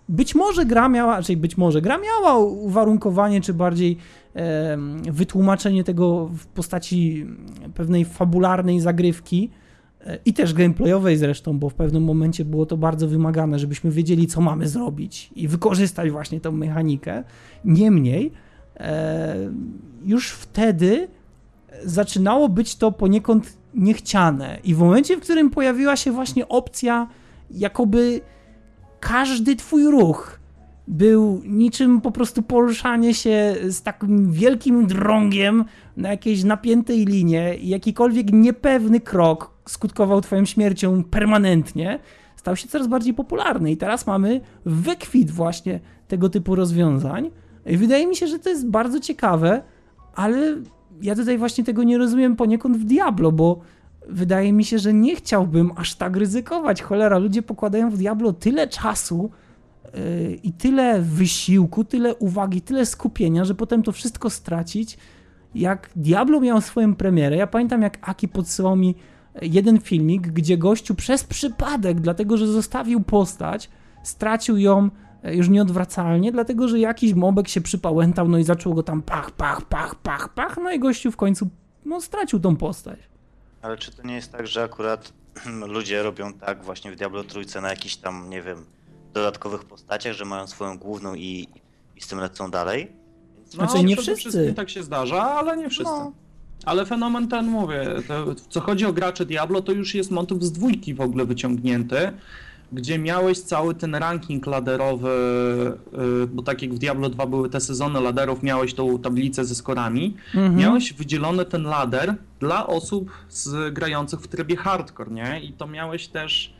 być może gra miała, czyli być może gra miała uwarunkowanie, czy bardziej e, wytłumaczenie tego w postaci pewnej fabularnej zagrywki e, i też gameplayowej zresztą, bo w pewnym momencie było to bardzo wymagane, żebyśmy wiedzieli, co mamy zrobić i wykorzystać właśnie tę mechanikę. Niemniej e, już wtedy zaczynało być to poniekąd niechciane i w momencie, w którym pojawiła się właśnie opcja, jakoby każdy twój ruch był niczym po prostu poruszanie się z takim wielkim drągiem na jakiejś napiętej linie i jakikolwiek niepewny krok skutkował twoją śmiercią permanentnie, stał się coraz bardziej popularny i teraz mamy wykwit właśnie tego typu rozwiązań. I wydaje mi się, że to jest bardzo ciekawe, ale ja tutaj właśnie tego nie rozumiem poniekąd w Diablo, bo wydaje mi się, że nie chciałbym aż tak ryzykować. Cholera, ludzie pokładają w Diablo tyle czasu yy, i tyle wysiłku, tyle uwagi, tyle skupienia, że potem to wszystko stracić. Jak Diablo miał swoją premierę, ja pamiętam, jak Aki podsyłał mi jeden filmik, gdzie gościu przez przypadek, dlatego że zostawił postać, stracił ją już nieodwracalnie, dlatego że jakiś mobek się przypałętał, no i zaczął go tam pach, pach, pach, pach, pach, no i gościu w końcu no, stracił tą postać. Ale czy to nie jest tak, że akurat ludzie robią tak właśnie w Diablo trójce na jakichś tam, nie wiem, dodatkowych postaciach, że mają swoją główną i, i z tym lecą dalej? No, znaczy nie wszyscy. Tak się zdarza, ale nie wszyscy. No. Ale fenomen ten, mówię, to, co chodzi o graczy Diablo, to już jest motyw z dwójki w ogóle wyciągnięty, gdzie miałeś cały ten ranking laderowy, bo tak jak w Diablo dwa były te sezony laderów, miałeś tą tablicę ze skorami, mhm. miałeś wydzielony ten lader dla osób z, grających w trybie hardcore, nie? I to miałeś też...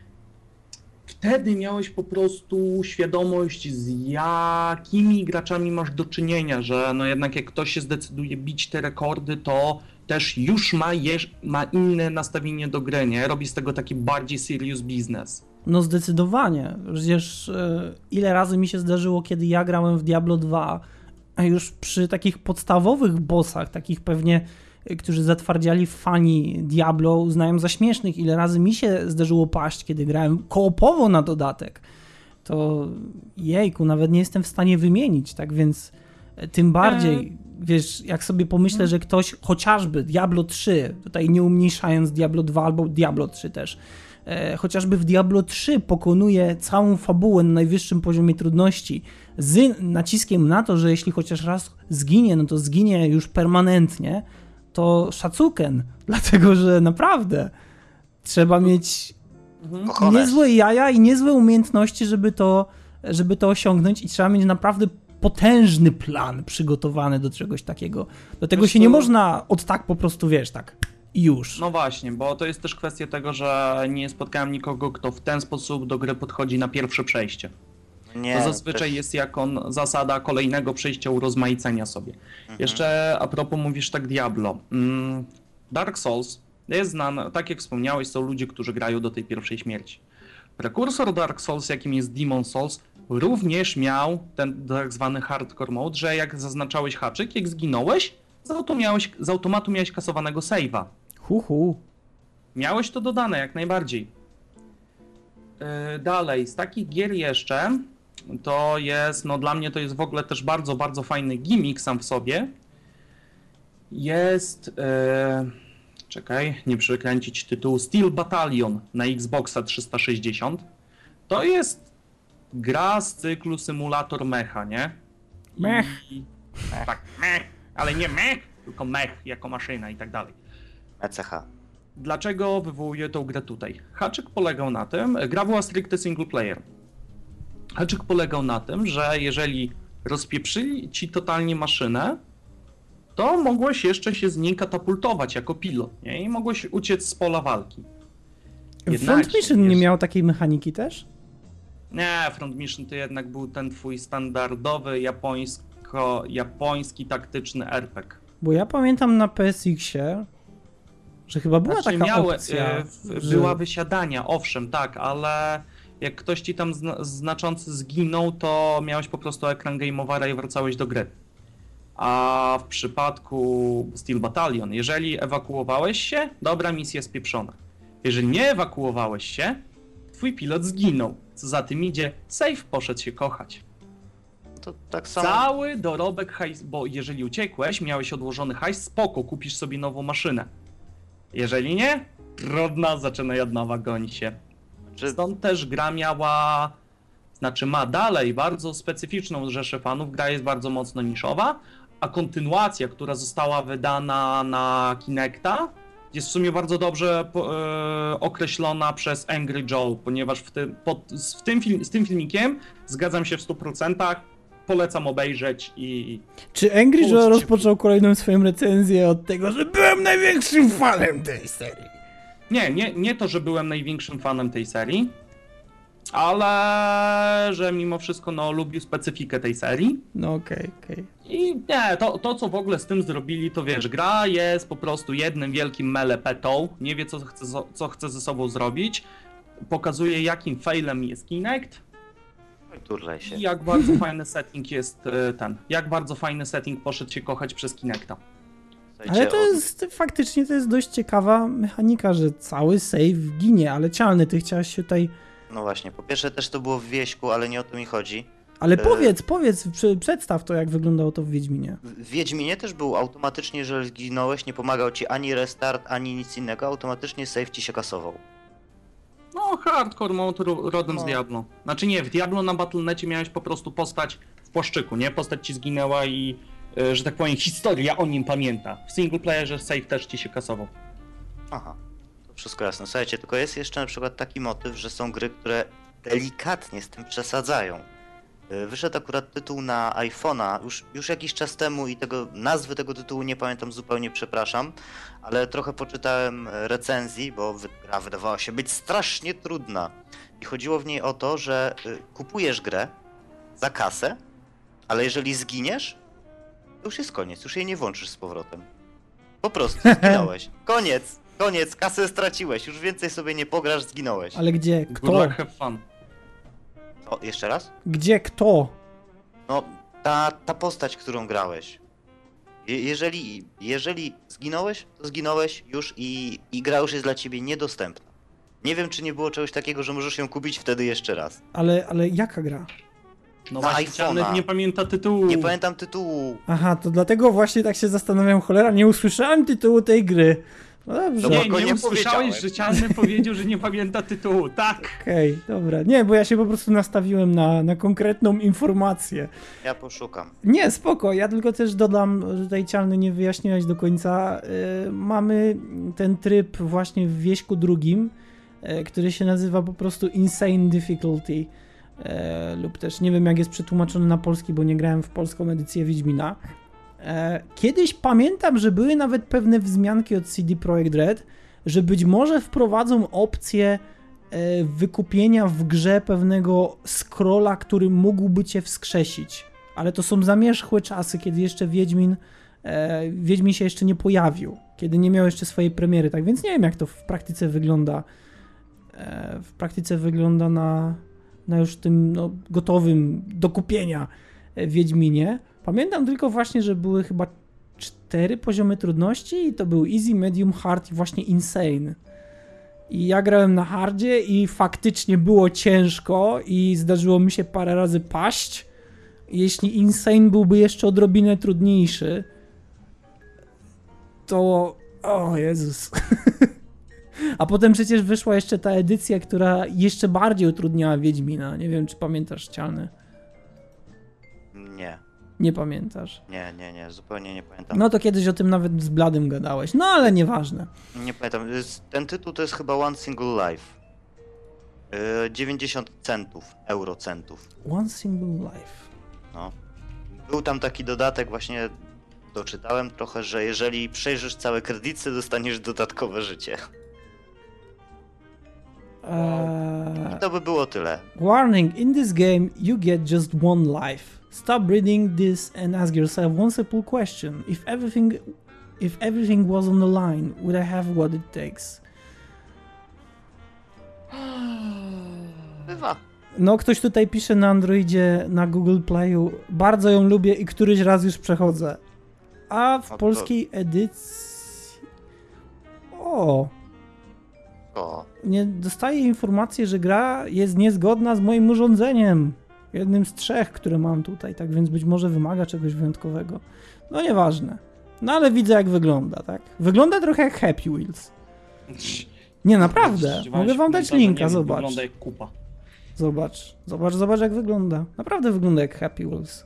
Wtedy miałeś po prostu świadomość, z jakimi graczami masz do czynienia, że no jednak jak ktoś się zdecyduje bić te rekordy, to też już ma, jeż, ma inne nastawienie do gry, nie? Robi z tego taki bardziej serious business. No zdecydowanie. Przecież ile razy mi się zdarzyło, kiedy ja grałem w Diablo dwa, a już przy takich podstawowych bossach, takich pewnie, którzy zatwardziali fani Diablo, uznają za śmiesznych, ile razy mi się zdarzyło paść, kiedy grałem koopowo na dodatek, to jejku, nawet nie jestem w stanie wymienić, tak więc tym bardziej, wiesz, jak sobie pomyślę, że ktoś chociażby Diablo trzy, tutaj nie umniejszając Diablo dwa albo Diablo trzy też, e, chociażby w Diablo trzy pokonuje całą fabułę na najwyższym poziomie trudności z naciskiem na to, że jeśli chociaż raz zginie, no to zginie już permanentnie, to szacuken, dlatego że naprawdę trzeba mieć mhm. niezłe jaja i niezłe umiejętności, żeby to, żeby to osiągnąć i trzeba mieć naprawdę potężny plan przygotowany do czegoś takiego. Do tego wiesz, się nie to... można od tak po prostu, wiesz, tak i już. No właśnie, bo to jest też kwestia tego, że nie spotkałem nikogo, kto w ten sposób do gry podchodzi na pierwsze przejście. Nie, to zazwyczaj też... jest jako zasada kolejnego przejścia urozmaicenia sobie. Mhm. Jeszcze a propos mówisz tak Diablo. Dark Souls jest znany, tak jak wspomniałeś, są ludzie, którzy grają do tej pierwszej śmierci. Prekursor Dark Souls, jakim jest Demon Souls, również miał ten tak zwany hardcore mode, że jak zaznaczałeś haczyk, jak zginąłeś, z, auto miałeś, z automatu miałeś kasowanego save'a. Hu, hu. Miałeś to dodane, jak najbardziej. Yy, dalej, z takich gier jeszcze, to jest, no dla mnie to jest w ogóle też bardzo, bardzo fajny gimmick sam w sobie. Jest, yy, czekaj, nie przekręcić tytułu, Steel Battalion na Xboxa trzysta sześćdziesiąt. To jest gra z cyklu symulator mecha, nie? Mech. I, tak, mech, ale nie mech, tylko mech jako maszyna i tak dalej. E C H. Dlaczego wywołuję tą grę tutaj? Haczyk polegał na tym, gra była stricte single player. Haczyk polegał na tym, że jeżeli rozpieprzyli ci totalnie maszynę, to mogłeś jeszcze się z niej katapultować jako pilot, nie? I mogłeś uciec z pola walki. Front Mission nie miał takiej mechaniki też? Nie, Front Mission to jednak był ten twój standardowy japońsko, japoński taktyczny er pe gie. Bo ja pamiętam na P S X-ie, że chyba była znaczy, taka miały, opcja. Yy, że... Była wysiadania, owszem, tak, ale jak ktoś ci tam zna znaczący zginął, to miałeś po prostu ekran game overa i wracałeś do gry. A w przypadku Steel Battalion, jeżeli ewakuowałeś się, dobra, misja spieprzona. Jeżeli nie ewakuowałeś się, twój pilot zginął. Co za tym idzie, save poszedł się kochać. To tak samo... Cały dorobek hajs, bo jeżeli uciekłeś, miałeś odłożony hajs, spoko, kupisz sobie nową maszynę. Jeżeli nie, trudno, zaczyna od nowa, goni się. Czy... Stąd też gra miała, znaczy ma dalej bardzo specyficzną rzeszę fanów, gra jest bardzo mocno niszowa, a kontynuacja, która została wydana na Kinecta, jest w sumie bardzo dobrze po, e, określona przez Angry Joe, ponieważ w tym, pod, w tym film, z tym filmikiem zgadzam się w stu procentach, polecam obejrzeć i... Czy Angry Joe rozpoczął kolejną swoją recenzję od tego, że byłem największym fanem tej serii? Nie, nie, nie to, że byłem największym fanem tej serii, ale że mimo wszystko no, lubił specyfikę tej serii. No okej, okay, okej. Okay. I nie, to, to co w ogóle z tym zrobili, to wiesz, gra jest po prostu jednym wielkim melepetą, nie wie co chce, co chce ze sobą zrobić, pokazuje jakim failem jest Kinect się. i jak bardzo fajny setting jest ten, jak bardzo fajny setting poszedł się kochać przez Kinecta. Ale to jest, faktycznie to jest dość ciekawa mechanika, że cały save ginie, ale Cialny, ty chciałeś się tutaj... No właśnie, po pierwsze też to było w Wieśku, ale nie o to mi chodzi. Ale powiedz, e... powiedz, przedstaw to, jak wyglądało to w Wiedźminie. W Wiedźminie też był automatycznie, jeżeli zginąłeś, nie pomagał ci ani restart, ani nic innego, automatycznie save ci się kasował. No, hardcore mode rodem no. z Diablo. Znaczy nie, w Diablo na Battle dot necie miałeś po prostu postać w płaszczyku, nie? Postać ci zginęła i, że tak powiem, historia o nim pamięta. W single playerze save też ci się kasował. Aha. Wszystko jasne. Słuchajcie, tylko jest jeszcze na przykład taki motyw, że są gry, które delikatnie z tym przesadzają. Wyszedł akurat tytuł na iPhone'a już, już jakiś czas temu i tego nazwy tego tytułu nie pamiętam zupełnie, przepraszam, ale trochę poczytałem recenzji, bo gra wydawała się być strasznie trudna. I chodziło w niej o to, że kupujesz grę za kasę, ale jeżeli zginiesz, to już jest koniec, już jej nie włączysz z powrotem. Po prostu zginąłeś. Koniec! Koniec, kasę straciłeś, już więcej sobie nie pograsz, zginąłeś. Ale gdzie? Kto? Good luck, have fun. O, jeszcze raz? Gdzie? Kto? No, ta, ta postać, którą grałeś. Je, jeżeli, jeżeli zginąłeś, to zginąłeś już i, i gra już jest dla ciebie niedostępna. Nie wiem, czy nie było czegoś takiego, że możesz ją kupić wtedy jeszcze raz. Ale, ale jaka gra? No na iPhone'a. Nie pamięta tytułu. Nie pamiętam tytułu. Aha, to dlatego właśnie tak się zastanawiam, cholera, nie usłyszałem tytułu tej gry. No dobrze. Nie, nie, nie usłyszałeś, że Cialny powiedział, że nie pamięta tytułu, tak. Okej, okay, dobra. Nie, bo ja się po prostu nastawiłem na, na konkretną informację. Ja poszukam. Nie, spoko, ja tylko też dodam, że tutaj Cialny nie wyjaśniłeś do końca. Yy, mamy ten tryb właśnie w Wieśku drugim, yy, który się nazywa po prostu Insane Difficulty. Yy, lub też nie wiem, jak jest przetłumaczony na polski, bo nie grałem w polską edycję Wiedźmina. Kiedyś pamiętam, że były nawet pewne wzmianki od C D Projekt Red, że być może wprowadzą opcję wykupienia w grze pewnego scrolla, który mógłby cię wskrzesić. Ale to są zamierzchłe czasy, kiedy jeszcze Wiedźmin, Wiedźmin się jeszcze nie pojawił, kiedy nie miał jeszcze swojej premiery, tak więc nie wiem, jak to w praktyce wygląda. W praktyce wygląda na, na już tym no, gotowym do kupienia Wiedźminie. Pamiętam tylko właśnie, że były chyba cztery poziomy trudności i to był easy, medium, hard i właśnie insane. I ja grałem na hardzie i faktycznie było ciężko i zdarzyło mi się parę razy paść. Jeśli insane byłby jeszcze odrobinę trudniejszy, to... O Jezus. A potem przecież wyszła jeszcze ta edycja, która jeszcze bardziej utrudniała Wiedźmina. Nie wiem, czy pamiętasz, Cialny? Nie. Nie pamiętasz? Nie, nie, nie, zupełnie nie pamiętam. No to kiedyś o tym nawet z Bladym gadałeś, no ale nieważne. Nie pamiętam, ten tytuł to jest chyba One Single Life. Yy, dziewięćdziesiąt centów, eurocentów. One Single Life. No. Był tam taki dodatek, właśnie doczytałem trochę, że jeżeli przejrzysz całe kredyty, dostaniesz dodatkowe życie. Eee... I to by było tyle. Warning, in this game you get just one life. Stop reading this and ask yourself one simple question. If everything if everything was on the line, would I have what it takes? Bywa. No, ktoś tutaj pisze na Androidzie, na Google Playu, bardzo ją lubię i któryś raz już przechodzę. A w no to... polskiej edycji... O! O. nie dostaję informacji, że gra jest niezgodna z moim urządzeniem. Jednym z trzech, które mam tutaj, tak więc być może wymaga czegoś wyjątkowego. No nieważne. No ale widzę, jak wygląda, tak? Wygląda trochę jak Happy Wheels. Nie, naprawdę. Mogę wam dać linka, zobacz. Wygląda jak kupa. Zobacz, zobacz, zobacz jak wygląda. Naprawdę wygląda jak Happy Wheels.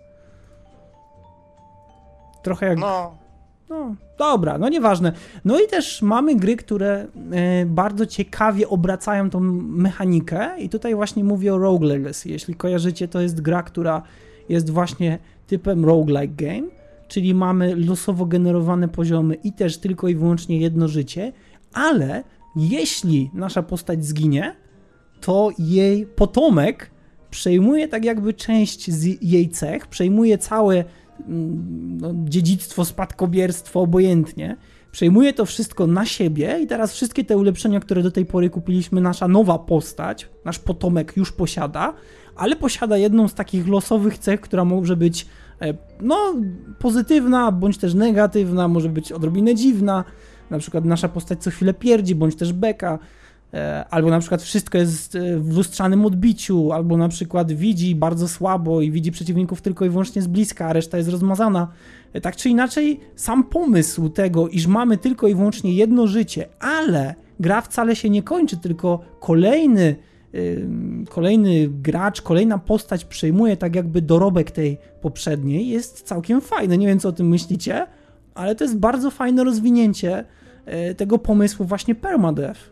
Trochę jak... No, No, dobra, no nieważne. No i też mamy gry, które e, bardzo ciekawie obracają tą mechanikę i tutaj właśnie mówię o Rogue Legacy. Jeśli kojarzycie, to jest gra, która jest właśnie typem roguelike game, czyli mamy losowo generowane poziomy i też tylko i wyłącznie jedno życie, ale jeśli nasza postać zginie, to jej potomek przejmuje tak jakby część z jej cech, przejmuje całe no, dziedzictwo, spadkobierstwo, obojętnie. Przejmuje to wszystko na siebie i teraz wszystkie te ulepszenia, które do tej pory kupiliśmy, nasza nowa postać, nasz potomek już posiada, ale posiada jedną z takich losowych cech, która może być no, pozytywna, bądź też negatywna, może być odrobinę dziwna. Na przykład nasza postać co chwilę pierdzi, bądź też beka. Albo na przykład wszystko jest w lustrzanym odbiciu, albo na przykład widzi bardzo słabo i widzi przeciwników tylko i wyłącznie z bliska, a reszta jest rozmazana. Tak czy inaczej, sam pomysł tego, iż mamy tylko i wyłącznie jedno życie, ale gra wcale się nie kończy, tylko kolejny, yy, kolejny gracz, kolejna postać przejmuje tak jakby dorobek tej poprzedniej, jest całkiem fajne. Nie wiem, co o tym myślicie, ale to jest bardzo fajne rozwinięcie yy, tego pomysłu właśnie permadeath.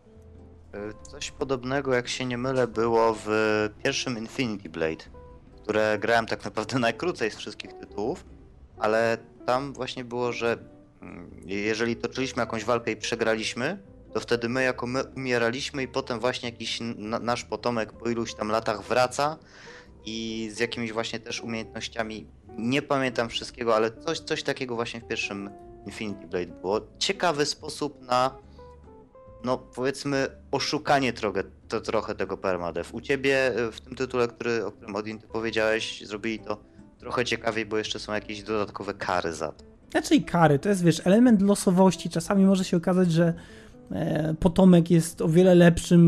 Coś podobnego, jak się nie mylę, było w pierwszym Infinity Blade, które grałem tak naprawdę najkrócej z wszystkich tytułów, ale tam właśnie było, że jeżeli toczyliśmy jakąś walkę i przegraliśmy, to wtedy my jako my umieraliśmy i potem właśnie jakiś na, nasz potomek po iluś tam latach wraca i z jakimiś właśnie też umiejętnościami, nie pamiętam wszystkiego, ale coś, coś takiego właśnie w pierwszym Infinity Blade było. Ciekawy sposób na, no powiedzmy, oszukanie trochę, to, trochę tego permadeath. U ciebie w tym tytule, który, o którym Odin ty powiedziałeś, zrobili to trochę ciekawiej, bo jeszcze są jakieś dodatkowe kary za to. Znaczy i kary, to jest, wiesz, element losowości. Czasami może się okazać, że e, potomek jest o wiele lepszym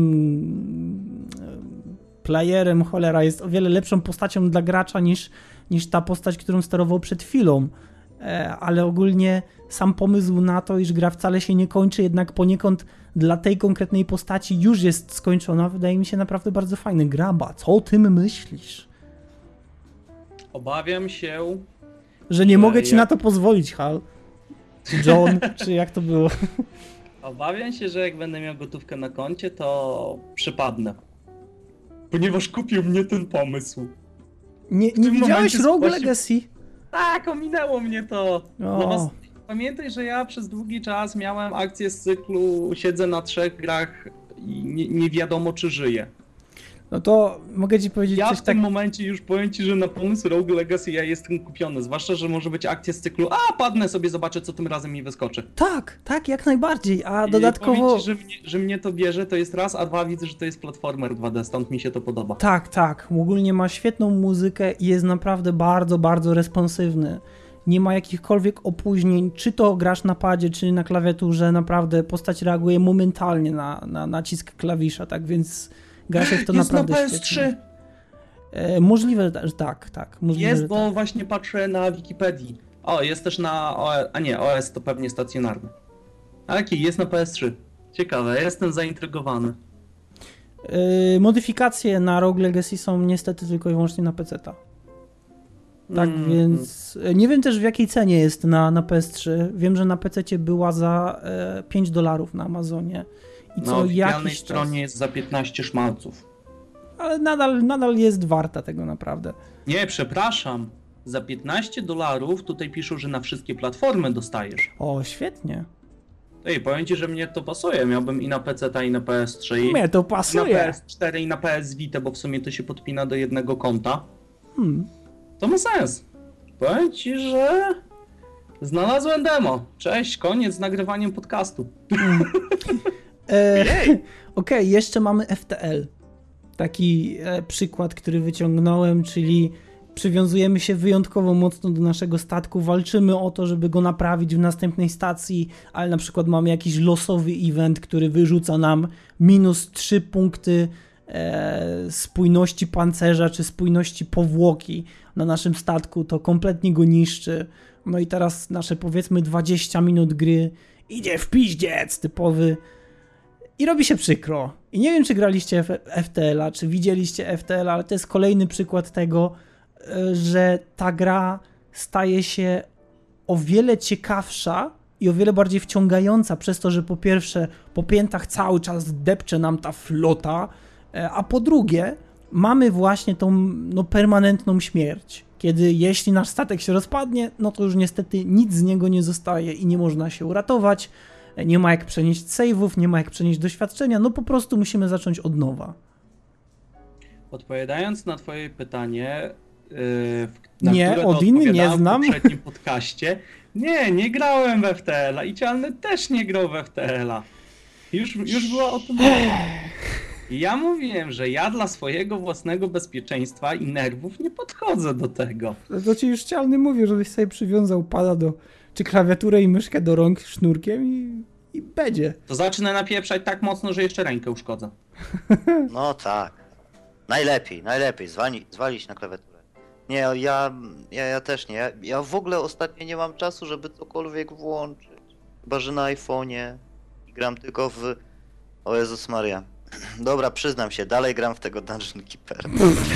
e, playerem, cholera, jest o wiele lepszą postacią dla gracza niż, niż ta postać, którą sterował przed chwilą. E, ale ogólnie sam pomysł na to, iż gra wcale się nie kończy, jednak poniekąd dla tej konkretnej postaci już jest skończona, wydaje mi się naprawdę bardzo fajny. Graba, co o tym myślisz? Obawiam się, że nie że mogę ci jak... na to pozwolić, Hal. John, czy jak to było? Obawiam się, że jak będę miał gotówkę na koncie, to przypadnę. Ponieważ kupił mnie ten pomysł. Nie, nie widziałeś Rogue właśnie... Legacy? Tak, ominęło mnie to. O. Pamiętaj, że ja przez długi czas miałem akcję z cyklu siedzę na trzech grach i nie, nie wiadomo, czy żyję. No to mogę ci powiedzieć ja coś w tym tak... momencie już powiem ci, że na pomysł Rogue Legacy ja jestem kupiony. Zwłaszcza, że może być akcja z cyklu a padnę sobie, zobaczę, co tym razem mi wyskoczy. Tak, tak, jak najbardziej, a I dodatkowo... powiem ci, że mnie, że mnie to bierze, to jest raz, a dwa widzę, że to jest platformer dwa D, stąd mi się to podoba. Tak, tak, ogólnie ma świetną muzykę i jest naprawdę bardzo, bardzo responsywny. Nie ma jakichkolwiek opóźnień, czy to grasz na padzie, czy na klawiaturze, naprawdę postać reaguje momentalnie na, na nacisk klawisza, tak więc gra się w to jest naprawdę na P S trzy. świetnie. E, możliwe, że tak, tak. Możliwe, jest, że bo tak. właśnie patrzę na Wikipedii. O, jest też na O S, a nie, O S to pewnie stacjonarny. A jaki? Jest na P S trzy. Ciekawe, jestem zaintrygowany. E, modyfikacje na Rogue Legacy są niestety tylko i wyłącznie na peceta. Tak, mm, więc mm. nie wiem też w jakiej cenie jest na, na P S trzy. Wiem, że na pececie była za e, pięć dolarów na Amazonie. I co na oficjalnej jakiś stronie czas... jest za piętnaście szmalców. Ale nadal, nadal jest warta tego naprawdę. Nie, przepraszam. Za piętnaście dolarów tutaj piszą, że na wszystkie platformy dostajesz. O, świetnie. Ej, powiem ci, że mnie to pasuje. Miałbym i na peceta, i na P S trzy. Mnie to pasuje. I na P S cztery, i na P S Vita, bo w sumie to się podpina do jednego konta. Hmm. To ma sens. Powiem ci, że znalazłem demo. Cześć, koniec z nagrywaniem podcastu. Hmm. e, Okej, okay, jeszcze mamy F T L. Taki e, przykład, który wyciągnąłem, czyli przywiązujemy się wyjątkowo mocno do naszego statku, walczymy o to, żeby go naprawić w następnej stacji, ale na przykład mamy jakiś losowy event, który wyrzuca nam minus trzy punkty e, spójności pancerza czy spójności powłoki na naszym statku, to kompletnie go niszczy. No i teraz nasze powiedzmy dwadzieścia minut gry idzie w piździec typowy i robi się przykro. I nie wiem, czy graliście w F T L a, czy widzieliście F T L a, ale to jest kolejny przykład tego, że ta gra staje się o wiele ciekawsza i o wiele bardziej wciągająca przez to, że po pierwsze po piętach cały czas depcze nam ta flota, a po drugie mamy właśnie tą no, permanentną śmierć. Kiedy jeśli nasz statek się rozpadnie, no to już niestety nic z niego nie zostaje i nie można się uratować, nie ma jak przenieść save'ów, nie ma jak przenieść doświadczenia, no po prostu musimy zacząć od nowa. Odpowiadając na twoje pytanie, yy, na nie, które Odin, nie znam. w poprzednim podcaście, nie, nie grałem w F T L a i Cialny też nie grał w F T L a. Już, już była o tym mowa. I ja mówiłem, że ja dla swojego własnego bezpieczeństwa i nerwów nie podchodzę do tego. To ci już Cialny mówił, żebyś sobie przywiązał pada do, czy klawiaturę i myszkę do rąk sznurkiem i, i będzie. To zacznę napieprzać tak mocno, że jeszcze rękę uszkodzę. No tak. Najlepiej, najlepiej zwali, zwalić na klawiaturę. Nie, ja, ja, ja też nie. Ja, ja w ogóle ostatnio nie mam czasu, żeby cokolwiek włączyć. Chyba, że na iPhone'ie i gram tylko w... O Jezus Maria. Dobra, przyznam się, dalej gram w tego Dungeon Keepera.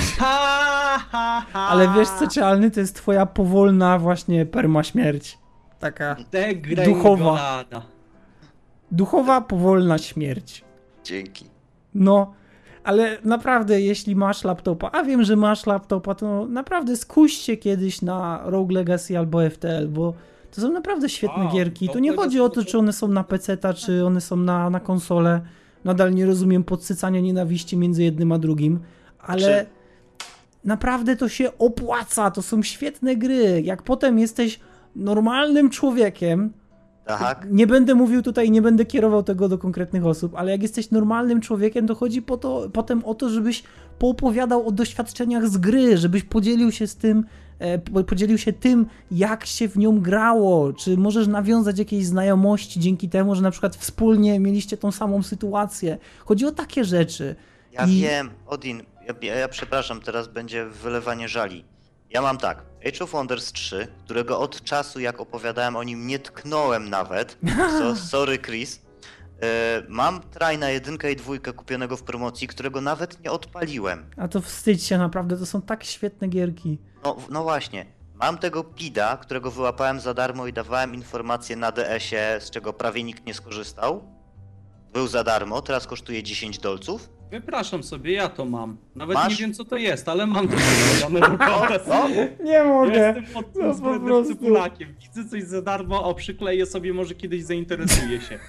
Ale wiesz co, Cialny, to jest twoja powolna właśnie permaśmierć. Taka duchowa. Duchowa, powolna śmierć. Dzięki. No, ale naprawdę, jeśli masz laptopa, a wiem, że masz laptopa, to naprawdę skuś się kiedyś na Rogue Legacy albo F T L, bo to są naprawdę świetne A, gierki. Tu nie chodzi o to, czy one są na peceta, czy one są na, na konsolę. Nadal nie rozumiem podsycania nienawiści między jednym a drugim, ale czy... naprawdę to się opłaca. To są świetne gry. Jak potem jesteś normalnym człowiekiem, tak. Nie będę mówił tutaj, nie będę kierował tego do konkretnych osób, ale jak jesteś normalnym człowiekiem, to chodzi po to, potem o to, żebyś poopowiadał o doświadczeniach z gry, żebyś podzielił się z tym, e, podzielił się tym, jak się w nią grało, czy możesz nawiązać jakieś znajomości dzięki temu, że na przykład wspólnie mieliście tą samą sytuację. Chodzi o takie rzeczy. Ja I... wiem, Odin, ja, ja przepraszam, teraz będzie wylewanie żali. Ja mam tak, Age of Wonders trzy, którego od czasu jak opowiadałem o nim nie tknąłem nawet, so, sorry Chris, yy, mam try na jedynkę i dwójkę kupionego w promocji, którego nawet nie odpaliłem. A to wstydź się naprawdę, to są tak świetne gierki. No, no właśnie, mam tego Pida, którego wyłapałem za darmo i dawałem informacje na D S ie, z czego prawie nikt nie skorzystał. Był za darmo, teraz kosztuje dziesięć dolców. Wypraszam sobie, ja to mam. Nawet Masz? nie wiem co to jest, ale mam to zrobione. Nie mogę. Jestem pod tym No, względem cypulakiem. Widzę coś za darmo, o przykleję sobie, może kiedyś zainteresuję się.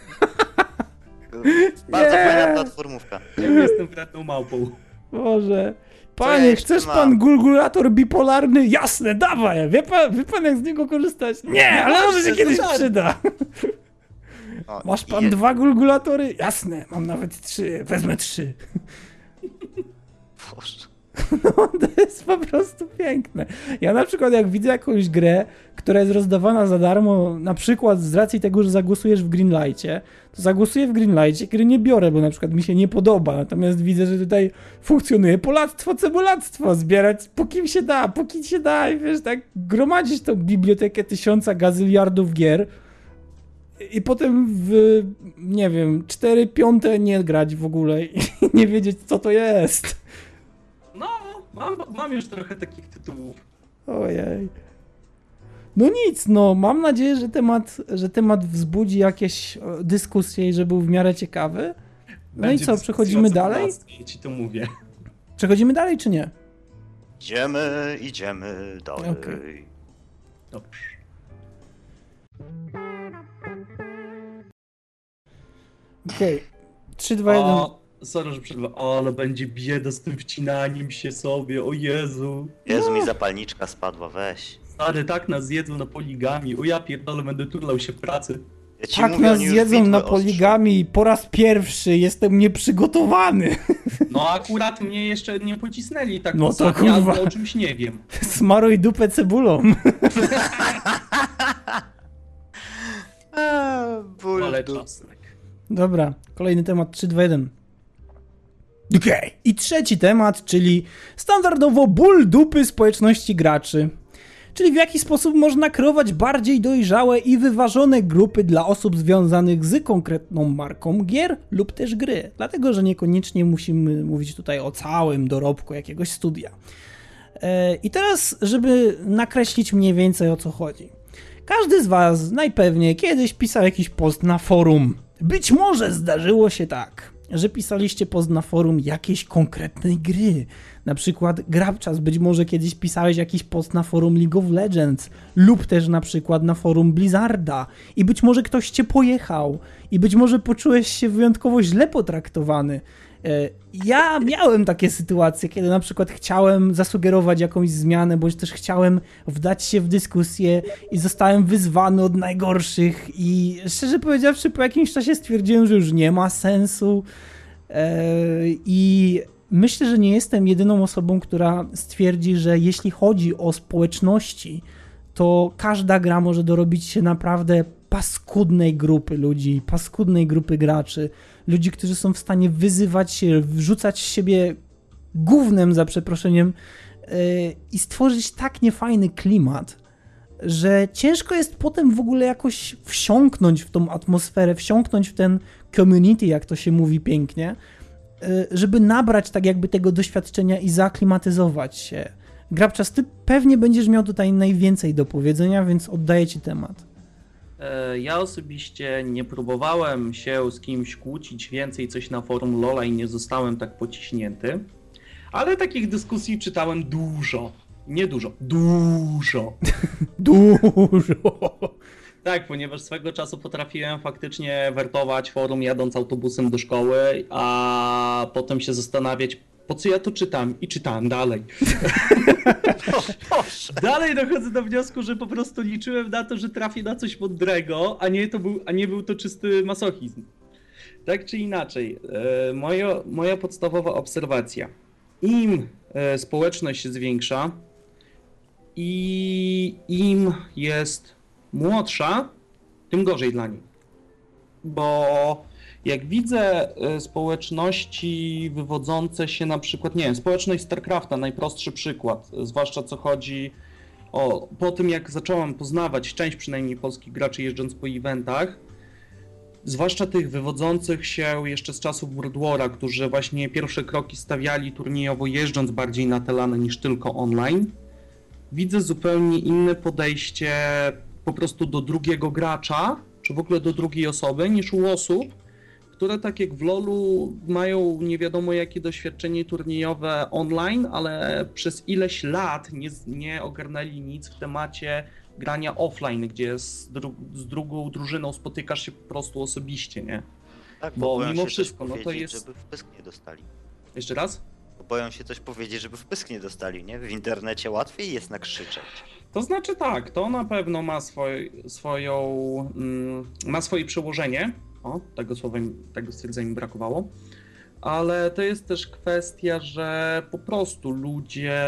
Bardzo Nie. fajna platformówka. Jestem wredną małpą. Boże. Panie, ja chcesz mam? pan gulgulator bipolarny? Jasne, dawaj. Wie pan, wie pan jak z niego korzystać? Nie, ale może się kiedyś przyda. O, Masz pan je... dwa gulgulatory? Jasne, mam nawet trzy. Wezmę trzy. Boże. No, to jest po prostu piękne. Ja na przykład jak widzę jakąś grę, która jest rozdawana za darmo, na przykład z racji tego, że zagłosujesz w Greenlightie, to zagłosuję w Greenlightie, gry nie biorę, bo na przykład mi się nie podoba, natomiast widzę, że tutaj funkcjonuje polactwo, cebulactwo, zbierać po kim się da, po kim się da i wiesz, tak gromadzić tą bibliotekę tysiąca gazyliardów gier i potem w, nie wiem, cztery piąte nie grać w ogóle i nie wiedzieć co to jest. No, mam, mam już trochę takich tytułów. Ojej. No nic, no mam nadzieję, że temat, że temat wzbudzi jakieś dyskusje i że był w miarę ciekawy. No Będzie i co, dyskusja przechodzimy o dalej? cebulactwie, ja ci to mówię. Przechodzimy dalej czy nie? Idziemy, idziemy dalej. Okej. Dobrze. Okej. Okay. trzy, dwa, jeden. O, sorry, że przerwę. O, ale będzie bieda z tym wcinaniem się sobie, o Jezu. Jezu, mi zapalniczka spadła, weź. Stary, tak nas jedzą na poligami. O ja pierdolę, będę turlał się w pracy. Ja ci Tak mówię, nas oni już zjedzą widły na ostrzą. poligami po raz pierwszy, jestem nieprzygotowany. No akurat mnie jeszcze nie pocisnęli tak No to ostatnio, kurwa. albo o czymś nie wiem. Smaruj dupę cebulą. A, ból Ale w dupie. czosnek. Dobra, kolejny temat trzy, dwa, jeden. Okej. Okay. I trzeci temat, czyli standardowo ból dupy społeczności graczy. Czyli w jaki sposób można kreować bardziej dojrzałe i wyważone grupy dla osób związanych z konkretną marką gier lub też gry. Dlatego, że niekoniecznie musimy mówić tutaj o całym dorobku jakiegoś studia. I teraz, żeby nakreślić mniej więcej o co chodzi. Każdy z was najpewniej kiedyś pisał jakiś post na forum. Być może zdarzyło się tak, że pisaliście post na forum jakiejś konkretnej gry. Na przykład Grabczas, być może kiedyś pisałeś jakiś post na forum League of Legends lub też na przykład na forum Blizzarda i być może ktoś cię pojechał i być może poczułeś się wyjątkowo źle potraktowany. Ja miałem takie sytuacje, kiedy na przykład chciałem zasugerować jakąś zmianę, bądź też chciałem wdać się w dyskusję i zostałem wyzwany od najgorszych i szczerze powiedziawszy po jakimś czasie stwierdziłem, że już nie ma sensu i myślę, że nie jestem jedyną osobą, która stwierdzi, że jeśli chodzi o społeczności, to każda gra może dorobić się naprawdę paskudnej grupy ludzi, paskudnej grupy graczy, ludzi, którzy są w stanie wyzywać się, wrzucać z siebie gównem, za przeproszeniem, yy, i stworzyć tak niefajny klimat, że ciężko jest potem w ogóle jakoś wsiąknąć w tą atmosferę, wsiąknąć w ten community, jak to się mówi pięknie, yy, żeby nabrać tak jakby tego doświadczenia i zaaklimatyzować się. Grabczas, ty pewnie będziesz miał tutaj najwięcej do powiedzenia, więc oddaję ci temat. Ja osobiście nie próbowałem się z kimś kłócić więcej coś na forum Lola i nie zostałem tak pociśnięty, ale takich dyskusji czytałem dużo. Nie dużo, dużo. Dużo. Tak, ponieważ swego czasu potrafiłem faktycznie wertować forum jadąc autobusem do szkoły, a potem się zastanawiać, po co ja to czytam, i czytałem dalej. Dalej dochodzę do wniosku, że po prostu liczyłem na to, że trafię na coś mądrego, a nie, to był, a nie był to czysty masochizm. Tak czy inaczej, e, moja, moja podstawowa obserwacja. Im e, społeczność się zwiększa i im jest młodsza, tym gorzej dla niej. Bo jak widzę społeczności wywodzące się na przykład, nie wiem, społeczność StarCrafta, najprostszy przykład, zwłaszcza co chodzi o, po tym jak zacząłem poznawać część przynajmniej polskich graczy jeżdżąc po eventach, zwłaszcza tych wywodzących się jeszcze z czasów World War'a, którzy właśnie pierwsze kroki stawiali turniejowo jeżdżąc bardziej na te lany niż tylko online, widzę zupełnie inne podejście po prostu do drugiego gracza, czy w ogóle do drugiej osoby, niż u osób, które tak jak w lolu mają nie wiadomo jakie doświadczenie turniejowe online, ale przez ileś lat nie, nie ogarnęli nic w temacie grania offline, gdzie z, dru z drugą drużyną spotykasz się po prostu osobiście, nie? Tak, bo bo mimo się wszystko, no to jest... żeby w pysk nie dostali. Jeszcze raz? Bo boją się coś powiedzieć, żeby w pysk nie dostali, nie? W internecie łatwiej jest nakrzyczeć. To znaczy tak, to na pewno ma swoj, swoją, mm, ma swoje przełożenie. O, tego słowa, tego stwierdzenia mi brakowało. Ale to jest też kwestia, że po prostu ludzie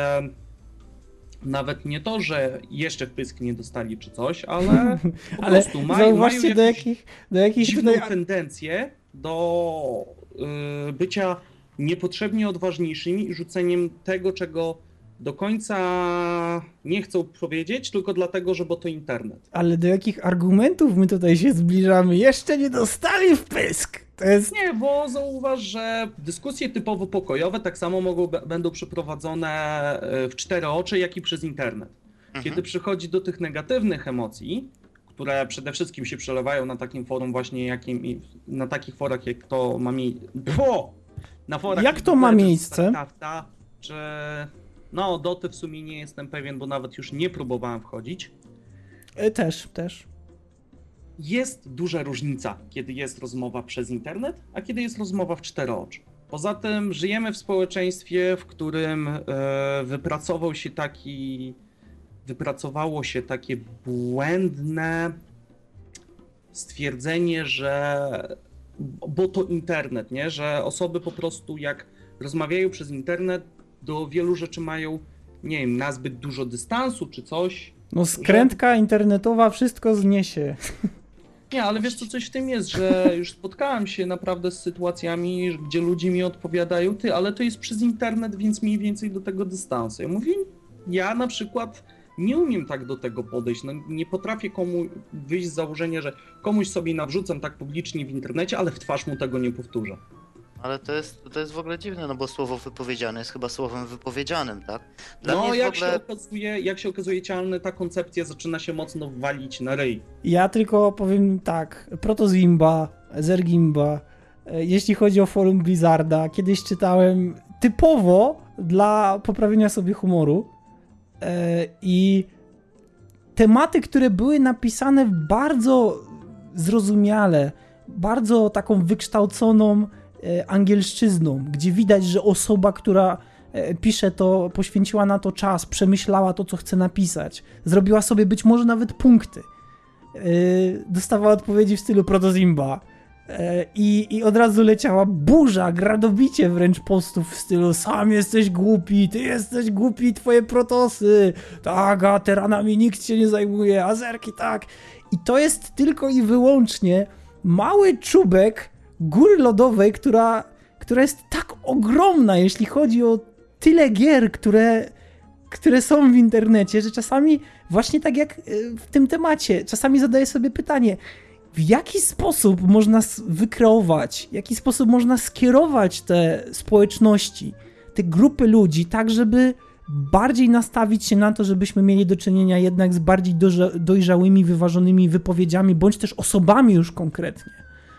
nawet nie to, że jeszcze w pysk nie dostali czy coś, ale po ale prostu mają, zauważcie mają do jakich, do jakich dziwną tutaj... tendencję do y, bycia niepotrzebnie odważniejszymi i rzuceniem tego, czego do końca nie chcą powiedzieć, tylko dlatego, że bo to internet. Ale do jakich argumentów my tutaj się zbliżamy? Jeszcze nie dostali w pysk! To jest... Nie, bo zauważ, że dyskusje typowo pokojowe tak samo mogą, będą przeprowadzone w cztery oczy, jak i przez internet. Mhm. Kiedy przychodzi do tych negatywnych emocji, które przede wszystkim się przelewają na takim forum właśnie, jakim, na takich forach, jak to ma miejsce. Na forach Jak to ma miejsce? StarCrafta, czy... No, Doty w sumie nie jestem pewien, bo nawet już nie próbowałem wchodzić. Też, też. Jest duża różnica, kiedy jest rozmowa przez internet, a kiedy jest rozmowa w cztery oczy. Poza tym żyjemy w społeczeństwie, w którym e, wypracował się taki, wypracowało się takie błędne stwierdzenie, że bo to internet, nie? Że osoby po prostu jak rozmawiają przez internet, do wielu rzeczy mają, nie wiem, nazbyt dużo dystansu czy coś. No skrętka że... internetowa wszystko zniesie. Nie, ale wiesz co, coś w tym jest, że już spotkałem się naprawdę z sytuacjami, gdzie ludzie mi odpowiadają, ty, ale to jest przez internet, więc mniej więcej do tego dystansu. Ja mówię, ja na przykład nie umiem tak do tego podejść, no, nie potrafię komu wyjść z założenia, że komuś sobie nawrzucam tak publicznie w internecie, ale w twarz mu tego nie powtórzę. Ale to jest, to jest w ogóle dziwne, no bo słowo wypowiedziane jest chyba słowem wypowiedzianym, tak? Dla no jak, ogóle... się okazuje, jak się okazuje cialne, ta koncepcja zaczyna się mocno walić na ryj. Ja tylko powiem tak, Protozimba, Zergimba, jeśli chodzi o forum Blizzarda, kiedyś czytałem typowo dla poprawienia sobie humoru i tematy, które były napisane bardzo zrozumiale, bardzo taką wykształconą angielszczyzną, gdzie widać, że osoba, która pisze to, poświęciła na to czas, przemyślała to, co chce napisać, zrobiła sobie być może nawet punkty, dostawała odpowiedzi w stylu Protozimba i, i od razu leciała burza, gradobicie wręcz postów w stylu sam jesteś głupi, ty jesteś głupi, twoje protosy, tak, a teranami nikt się nie zajmuje, a zerki tak. I to jest tylko i wyłącznie mały czubek góry lodowej, która, która jest tak ogromna, jeśli chodzi o tyle gier, które, które są w internecie, że czasami właśnie tak jak w tym temacie, czasami zadaję sobie pytanie, w jaki sposób można wykreować, w jaki sposób można skierować te społeczności, te grupy ludzi, tak żeby bardziej nastawić się na to, żebyśmy mieli do czynienia jednak z bardziej dojrzałymi, wyważonymi wypowiedziami, bądź też osobami już konkretnie.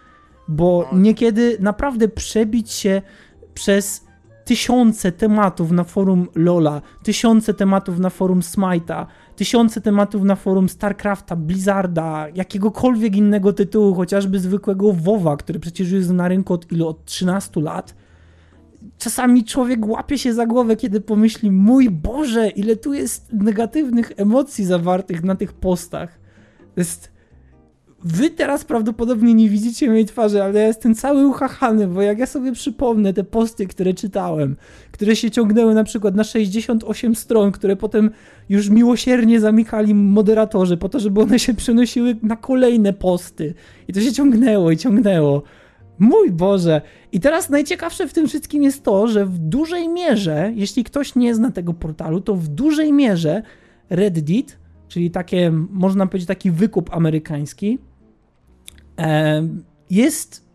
Bo niekiedy naprawdę przebić się przez tysiące tematów na forum Lola, tysiące tematów na forum Smite'a, tysiące tematów na forum StarCrafta, Blizzarda, jakiegokolwiek innego tytułu, chociażby zwykłego WoWa, który przecież jest na rynku od ilu? Od trzynastu lat. Czasami człowiek łapie się za głowę, kiedy pomyśli, mój Boże, ile tu jest negatywnych emocji zawartych na tych postach. To jest... Wy teraz prawdopodobnie nie widzicie mojej twarzy, ale ja jestem cały uchachany, bo jak ja sobie przypomnę te posty, które czytałem, które się ciągnęły na przykład na sześćdziesiąt osiem stron, które potem już miłosiernie zamykali moderatorzy po to, żeby one się przenosiły na kolejne posty. I to się ciągnęło i ciągnęło. Mój Boże. I teraz najciekawsze w tym wszystkim jest to, że w dużej mierze, jeśli ktoś nie zna tego portalu, to w dużej mierze Reddit, czyli takie, można powiedzieć, taki wykup amerykański, jest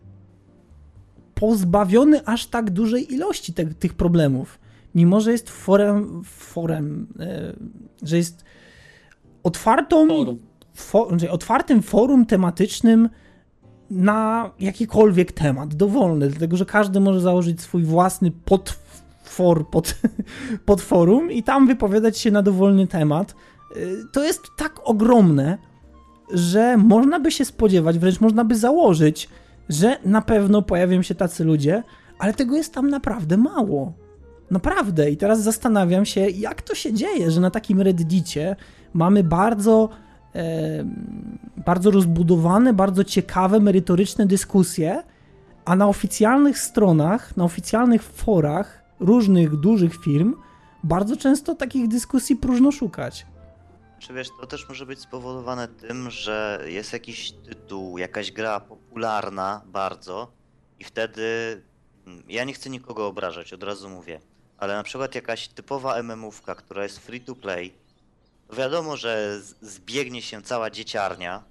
pozbawiony aż tak dużej ilości te, tych problemów, mimo że jest forem, forem że jest otwartą, forum. For, znaczy otwartym forum tematycznym na jakikolwiek temat, dowolny, dlatego że każdy może założyć swój własny podfor, pod, podforum i tam wypowiadać się na dowolny temat. To jest tak ogromne, że można by się spodziewać, wręcz można by założyć, że na pewno pojawią się tacy ludzie, ale tego jest tam naprawdę mało. Naprawdę. I teraz zastanawiam się, jak to się dzieje, że na takim Reddicie mamy bardzo, e, bardzo rozbudowane, bardzo ciekawe, merytoryczne dyskusje, a na oficjalnych stronach, na oficjalnych forach różnych dużych firm bardzo często takich dyskusji próżno szukać. Czy wiesz, to też może być spowodowane tym, że jest jakiś tytuł, jakaś gra popularna bardzo i wtedy, ja nie chcę nikogo obrażać, od razu mówię, ale na przykład jakaś typowa em em ówka, która jest free to play, to wiadomo, że zbiegnie się cała dzieciarnia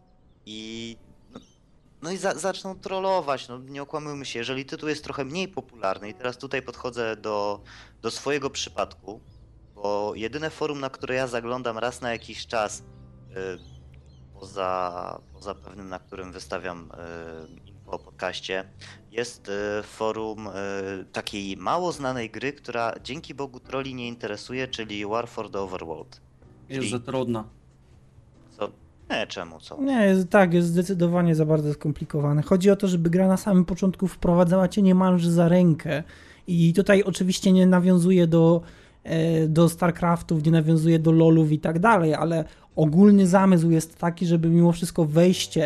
i no, no i za, zaczną trollować, no nie okłamujmy się, jeżeli tytuł jest trochę mniej popularny i teraz tutaj podchodzę do, do swojego przypadku, bo jedyne forum, na które ja zaglądam raz na jakiś czas, yy, poza, poza pewnym, na którym wystawiam yy, info o podcaście, jest yy, forum yy, takiej mało znanej gry, która dzięki Bogu trolli nie interesuje, czyli War for the Overworld. Jest czyli... za trudna. Co? Nie, czemu, co? Nie, jest, tak, jest zdecydowanie za bardzo skomplikowane. Chodzi o to, żeby gra na samym początku wprowadzała cię niemalże za rękę i tutaj oczywiście nie nawiązuje do do StarCraftów, nie nawiązuje do LoLów i tak dalej, ale ogólny zamysł jest taki, żeby mimo wszystko wejście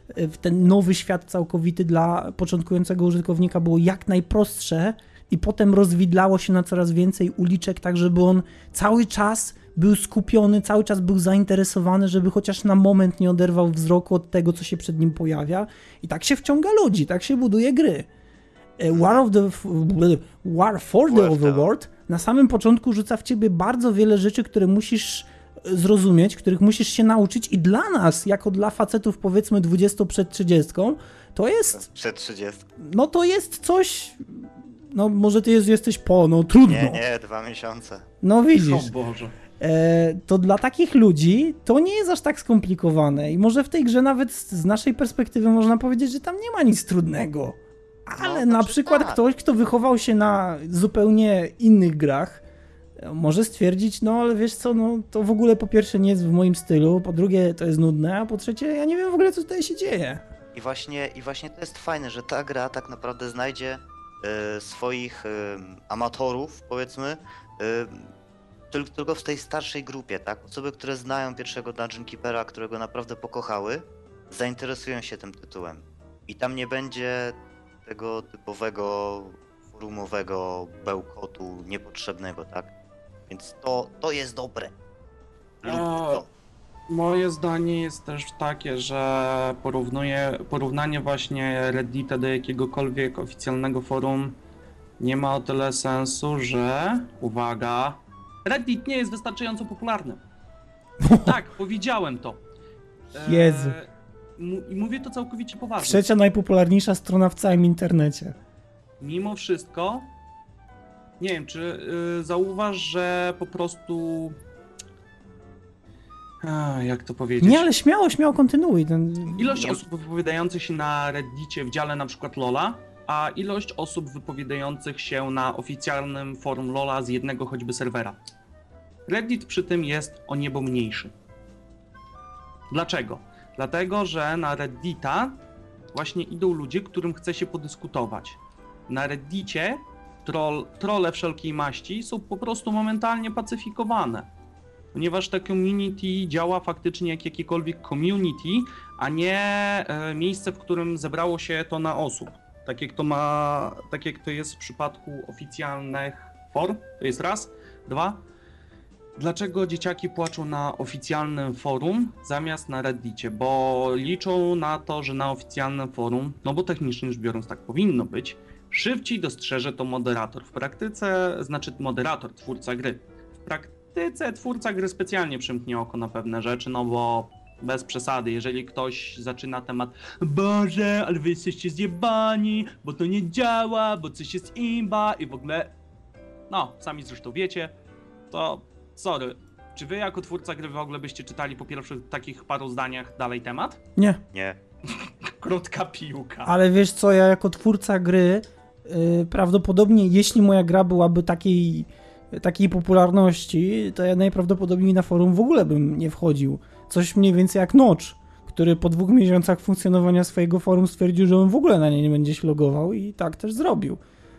ten nowy świat całkowity dla początkującego użytkownika było jak najprostsze i potem rozwidlało się na coraz więcej uliczek, tak żeby on cały czas był skupiony, cały czas był zainteresowany, żeby chociaż na moment nie oderwał wzroku od tego, co się przed nim pojawia. I tak się wciąga ludzi, tak się buduje gry. War of the... War for the Overworld na samym początku rzuca w ciebie bardzo wiele rzeczy, które musisz zrozumieć, których musisz się nauczyć i dla nas, jako dla facetów powiedzmy dwudziestu przed trzydziestką, to jest... Przed trzydziestką. No to jest coś... No może ty jest, jesteś po, no trudno. Nie, nie, dwa miesiące. No widzisz. O Boże. E, to dla takich ludzi to nie jest aż tak skomplikowane i może w tej grze nawet z naszej perspektywy można powiedzieć, że tam nie ma nic trudnego. Ale no, na znaczy przykład tak. ktoś, kto wychował się na zupełnie innych grach, może stwierdzić, no ale wiesz co, no to w ogóle po pierwsze nie jest w moim stylu, po drugie to jest nudne, a po trzecie ja nie wiem w ogóle co tutaj się dzieje. I właśnie, i właśnie to jest fajne, że ta gra tak naprawdę znajdzie y, swoich y, amatorów, powiedzmy, y, tylko, tylko w tej starszej grupie, tak? Osoby, które znają pierwszego Dungeon Keepera, którego naprawdę pokochały, zainteresują się tym tytułem. I tam nie będzie tego typowego forumowego bełkotu niepotrzebnego, tak? Więc to, to jest dobre. Lub to. Moje zdanie jest też takie, że porównuje, porównanie właśnie Reddita do jakiegokolwiek oficjalnego forum nie ma o tyle sensu, że, uwaga, Reddit nie jest wystarczająco popularny. Tak, powiedziałem to. E, Jezu. I mówię to całkowicie poważnie. Trzecia najpopularniejsza strona w całym internecie. Mimo wszystko, nie wiem, czy y, zauważ, że po prostu... A, jak to powiedzieć? Nie, ale śmiało, śmiało kontynuuj. Ten... Ilość osób wypowiadających się na Reddicie w dziale na przykład Lola, a ilość osób wypowiadających się na oficjalnym forum Lola z jednego choćby serwera. Reddit przy tym jest o niebo mniejszy. Dlaczego? Dlatego, że na Reddita właśnie idą ludzie, którym chce się podyskutować. Na Reddicie troll, trolle wszelkiej maści są po prostu momentalnie pacyfikowane. Ponieważ to community działa faktycznie jak jakiekolwiek community, a nie e, miejsce, w którym zebrało się to na osób. Tak jak to ma, tak jak to jest w przypadku oficjalnych for, to jest raz. Dwa. Dlaczego dzieciaki płaczą na oficjalnym forum zamiast na Reddicie? Bo liczą na to, że na oficjalnym forum, no bo technicznie rzecz biorąc tak powinno być, szybciej dostrzeże to moderator. W praktyce, znaczy moderator, twórca gry. W praktyce twórca gry specjalnie przymknie oko na pewne rzeczy, no bo bez przesady, jeżeli ktoś zaczyna temat Boże, ale wy jesteście zjebani, bo to nie działa, bo coś jest imba i w ogóle, no, sami zresztą wiecie, to sorry, czy wy jako twórca gry w ogóle byście czytali po pierwszych takich paru zdaniach dalej temat? Nie. Nie. Krótka piłka. Ale wiesz co, ja jako twórca gry yy, prawdopodobnie, jeśli moja gra byłaby takiej, takiej popularności, to ja najprawdopodobniej na forum w ogóle bym nie wchodził. Coś mniej więcej jak Notch, który po dwóch miesiącach funkcjonowania swojego forum stwierdził, że on w ogóle na nie nie będzie się logował i tak też zrobił.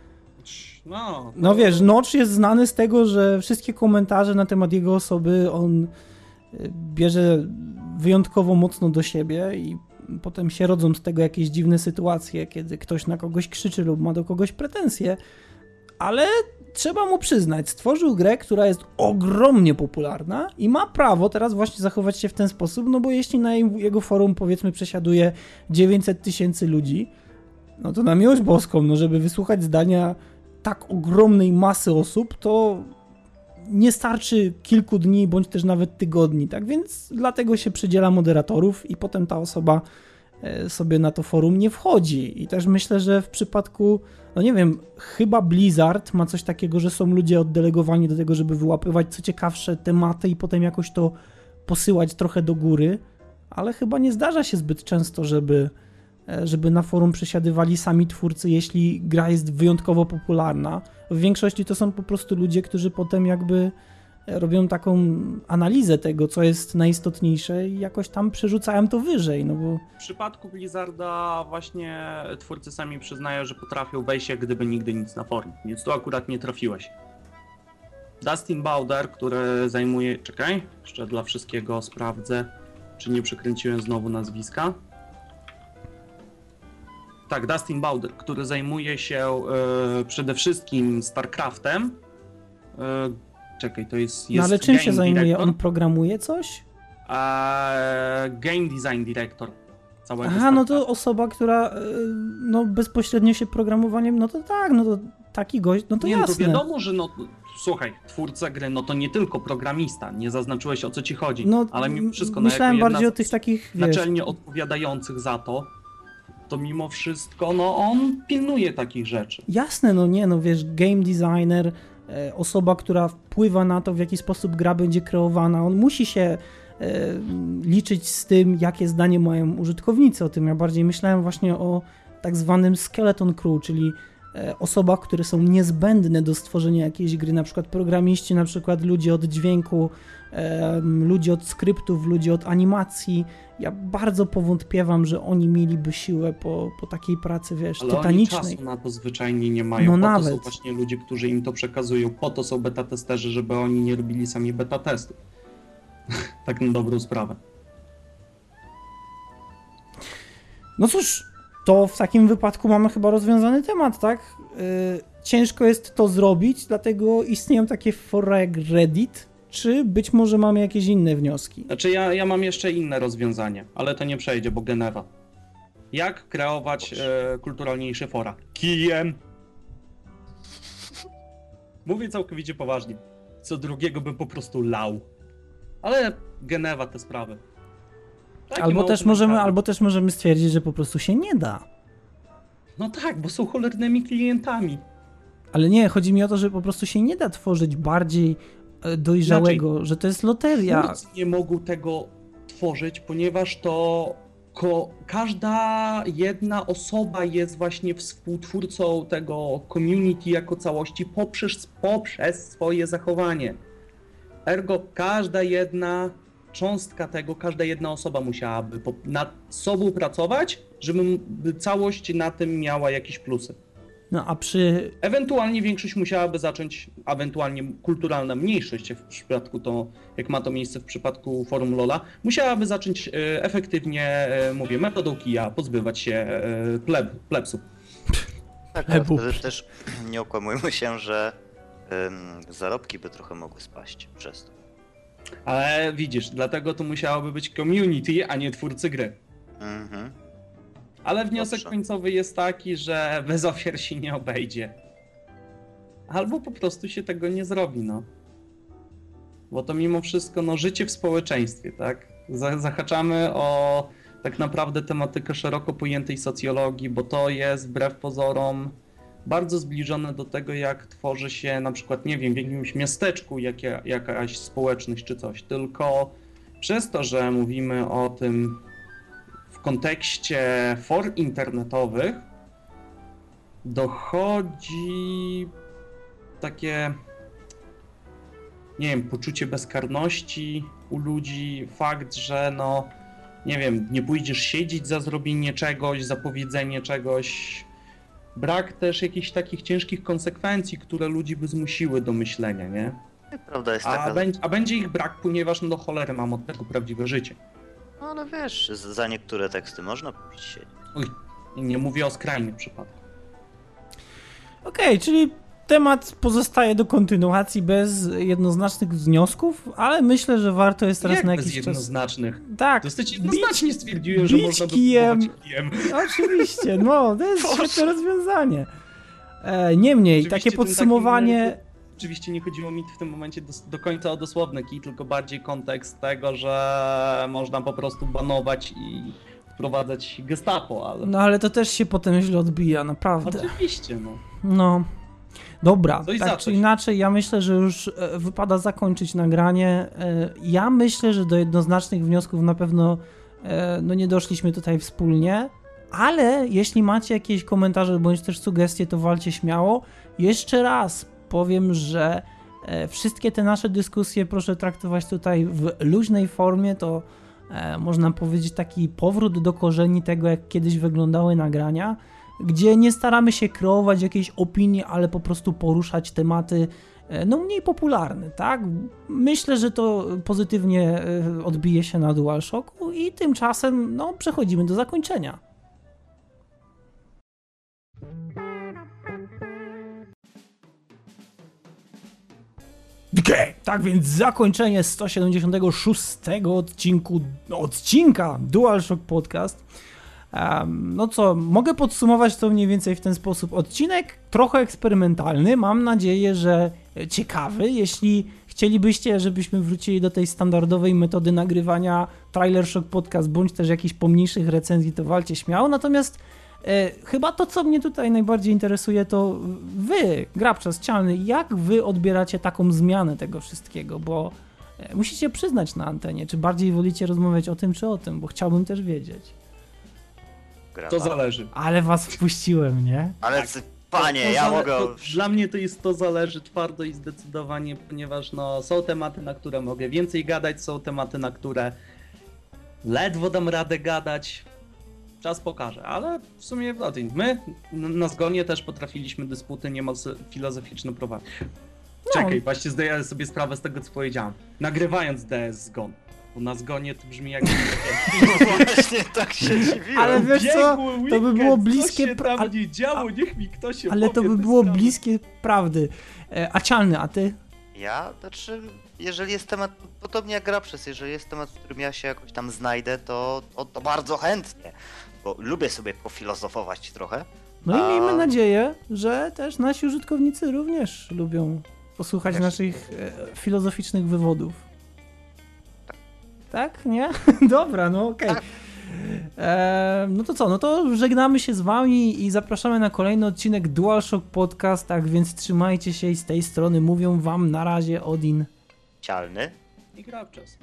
No, No wiesz, Notch jest znany z tego, że wszystkie komentarze na temat jego osoby on bierze wyjątkowo mocno do siebie i potem się rodzą z tego jakieś dziwne sytuacje, kiedy ktoś na kogoś krzyczy lub ma do kogoś pretensje, ale trzeba mu przyznać, stworzył grę, która jest ogromnie popularna i ma prawo teraz właśnie zachować się w ten sposób, no bo jeśli na jego forum powiedzmy przesiaduje dziewięćset tysięcy ludzi, no to na miłość boską, no żeby wysłuchać zdania tak ogromnej masy osób, to nie starczy kilku dni, bądź też nawet tygodni, tak więc dlatego się przydziela moderatorów i potem ta osoba sobie na to forum nie wchodzi. I też myślę, że w przypadku, no nie wiem, chyba Blizzard ma coś takiego, że są ludzie oddelegowani do tego, żeby wyłapywać co ciekawsze tematy i potem jakoś to posyłać trochę do góry, ale chyba nie zdarza się zbyt często, żeby żeby na forum przesiadywali sami twórcy, jeśli gra jest wyjątkowo popularna. W większości to są po prostu ludzie, którzy potem jakby robią taką analizę tego, co jest najistotniejsze i jakoś tam przerzucają to wyżej, no bo... W przypadku Blizzarda właśnie twórcy sami przyznają, że potrafią wejść jak gdyby nigdy nic na forum, więc tu akurat nie trafiłeś. Dustin Bowder, który zajmuje... Czekaj, jeszcze dla wszystkiego sprawdzę, czy nie przekręciłem znowu nazwiska. tak, Dustin Bowder, który zajmuje się e, przede wszystkim StarCraftem. E, czekaj, to jest, jest no ale czym się zajmuje? Director, On programuje coś? a Game Design Director całego Aha, no to StarCrafta. osoba, która y, no bezpośrednio się programowaniem, no to tak, no to taki gość, no to nie, no jasne. to wiadomo, że no, słuchaj, twórca gry, no to nie tylko programista, nie zaznaczyłeś, o co ci chodzi, No, ale mimo wszystko, myślałem no, jako bardziej jedna o tych takich, wiesz, naczelnie odpowiadających za to, to mimo wszystko, no on pilnuje takich rzeczy. jasne, no nie, no wiesz, game designer, e, osoba, która wpływa na to, w jaki sposób gra będzie kreowana, on musi się e, liczyć z tym, jakie zdanie mają użytkownicy o tym. Ja bardziej myślałem właśnie o tak zwanym skeleton crew, czyli e, osobach, które są niezbędne do stworzenia jakiejś gry, na przykład programiści, na przykład ludzie od dźwięku, e, ludzie od skryptów, ludzie od animacji. Ja bardzo powątpiewam, że oni mieliby siłę po, po takiej pracy, wiesz, Ale oni tytanicznej. czasu na to zwyczajnie nie mają, No po nawet. to są właśnie ludzie, którzy im to przekazują, po to są beta testerzy, żeby oni nie robili sami beta testów. Tak na dobrą sprawę. No cóż, to w takim wypadku mamy chyba rozwiązany temat, tak? Yy, ciężko jest to zrobić, dlatego istnieją takie fora jak Reddit, czy być może mamy jakieś inne wnioski? Znaczy ja, ja mam jeszcze inne rozwiązanie, ale to nie przejdzie, bo Genewa. Jak kreować e, kulturalniejsze fora? Kijem! Mówię całkowicie poważnie. Co drugiego bym po prostu lał. Ale Genewa te sprawy. Takie Albo mało też, możemy, komentarze. albo też możemy stwierdzić, że po prostu się nie da. No tak, bo są cholernymi klientami. Ale nie, chodzi mi o to, że po prostu się nie da tworzyć bardziej e, dojrzałego, że to jest loteria. Twórcy nie mogą tego tworzyć, ponieważ to ko- każda jedna osoba jest właśnie współtwórcą tego community jako całości poprzez, poprzez swoje zachowanie. Ergo każda jedna cząstka tego, każda jedna osoba musiałaby po- nad sobą pracować, żeby m- by całość na tym miała jakieś plusy. No a przy... Ewentualnie większość musiałaby zacząć, ewentualnie kulturalna mniejszość, w przypadku to, jak ma to miejsce w przypadku forum Lola, musiałaby zacząć e, efektywnie, e, mówię, metodą kija pozbywać się e, pleb, plebsów. Tak, ale Ebu. wtedy też nie okłamujmy się, że ym, zarobki by trochę mogły spaść przez to. Ale widzisz, dlatego to musiałoby być community, a nie twórcy gry. Mhm. Ale wniosek Dobrze. końcowy jest taki, że bez ofiar się nie obejdzie. Albo po prostu się tego nie zrobi, no. Bo to mimo wszystko, no, życie w społeczeństwie, tak? Zahaczamy o tak naprawdę tematykę szeroko pojętej socjologii, bo to jest wbrew pozorom bardzo zbliżone do tego, jak tworzy się na przykład, nie wiem, w jakimś miasteczku jakie, jakaś społeczność czy coś, tylko przez to, że mówimy o tym w kontekście for internetowych, dochodzi takie, nie wiem, poczucie bezkarności u ludzi, fakt, że no, nie wiem, nie pójdziesz siedzieć za zrobienie czegoś, za powiedzenie czegoś, brak też jakichś takich ciężkich konsekwencji, które ludzi by zmusiły do myślenia, nie? Prawda jest A, taka, będzie, a będzie ich brak, ponieważ no do cholery mam od tego prawdziwe życie. no ale wiesz, z- za niektóre teksty można pójść siedzieć. Uj, nie mówię o skrajnych przypadkach. Okej, czyli temat pozostaje do kontynuacji bez jednoznacznych wniosków, ale myślę, że warto jest teraz Jak na bez jakiś czas... jednoznacznych? Tak, Dosyć jednoznacznie stwierdziłem, że bić można by kijem. próbować kijem. oczywiście, no, to jest świetne rozwiązanie. E, niemniej, Oczywiście takie tym podsumowanie... takim- Oczywiście nie chodziło mi w tym momencie do, do końca o dosłowny kij, tylko bardziej kontekst tego, że można po prostu banować i wprowadzać gestapo, ale... No ale to też się potem źle odbija, naprawdę. Oczywiście, no. No, dobra, Coś tak za czy coś. inaczej, ja myślę, że już e, wypada zakończyć nagranie. E, Ja myślę, że do jednoznacznych wniosków na pewno e, no nie doszliśmy tutaj wspólnie, ale jeśli macie jakieś komentarze bądź też sugestie, to walcie śmiało. Jeszcze raz powiem, że e, wszystkie te nasze dyskusje proszę traktować tutaj w luźnej formie, to e, można powiedzieć taki powrót do korzeni tego, jak kiedyś wyglądały nagrania, gdzie nie staramy się kreować jakiejś opinii, ale po prostu poruszać tematy e, no mniej popularne, tak? Myślę, że to pozytywnie e, odbije się na DualShocku i tymczasem no przechodzimy do zakończenia. Okay. Tak więc zakończenie sto siedemdziesiątego szóstego odcinku, odcinka DualShock Podcast. Um, no co, mogę podsumować to mniej więcej w ten sposób. Odcinek trochę eksperymentalny, mam nadzieję, że ciekawy. Jeśli chcielibyście, żebyśmy wrócili do tej standardowej metody nagrywania Trailer Shock Podcast, bądź też jakichś pomniejszych recenzji, to walcie śmiało. Natomiast e, chyba to, co mnie tutaj najbardziej interesuje, to wy, Grabczas, Cialny, jak wy odbieracie taką zmianę tego wszystkiego, bo e, musicie przyznać na antenie, czy bardziej wolicie rozmawiać o tym, czy o tym, bo chciałbym też wiedzieć. To zależy. Ale was wpuściłem, nie? Ale Tak. c- panie, To ja zale- mogę... to Dla mnie to jest to zależy twardo i zdecydowanie, ponieważ no, są tematy, na które mogę więcej gadać, są tematy, na które ledwo dam radę gadać. Czas pokaże, ale w sumie no, my n- na zgonie też potrafiliśmy dysputy niemoc filozoficzne prowadzić. Czekaj, No. właśnie zdaję sobie sprawę z tego, co powiedziałem. Nagrywając D S Zgon. Bo na zgonie to brzmi jak... No właśnie tak się dziwiłem. Ale wiesz co, Biegły to by weekend, było co bliskie... się pra- tam ale- nie działo, niech mi ktoś się Ale to powie by te było sprawy. bliskie prawdy. E, A Cialny, a ty? Ja, znaczy, jeżeli jest temat, podobnie jak Grabczas, jeżeli jest temat, w którym ja się jakoś tam znajdę, to, to, to bardzo chętnie, bo lubię sobie pofilozofować trochę. No i A- miejmy nadzieję, że też nasi użytkownicy również lubią posłuchać Też. naszych e, filozoficznych wywodów. Tak? Nie? Dobra, no okej. Tak. E, No to co, no to żegnamy się z wami i zapraszamy na kolejny odcinek DualShock Podcast, tak więc trzymajcie się i z tej strony mówią wam na razie Odin. Cialny. I Grabczas.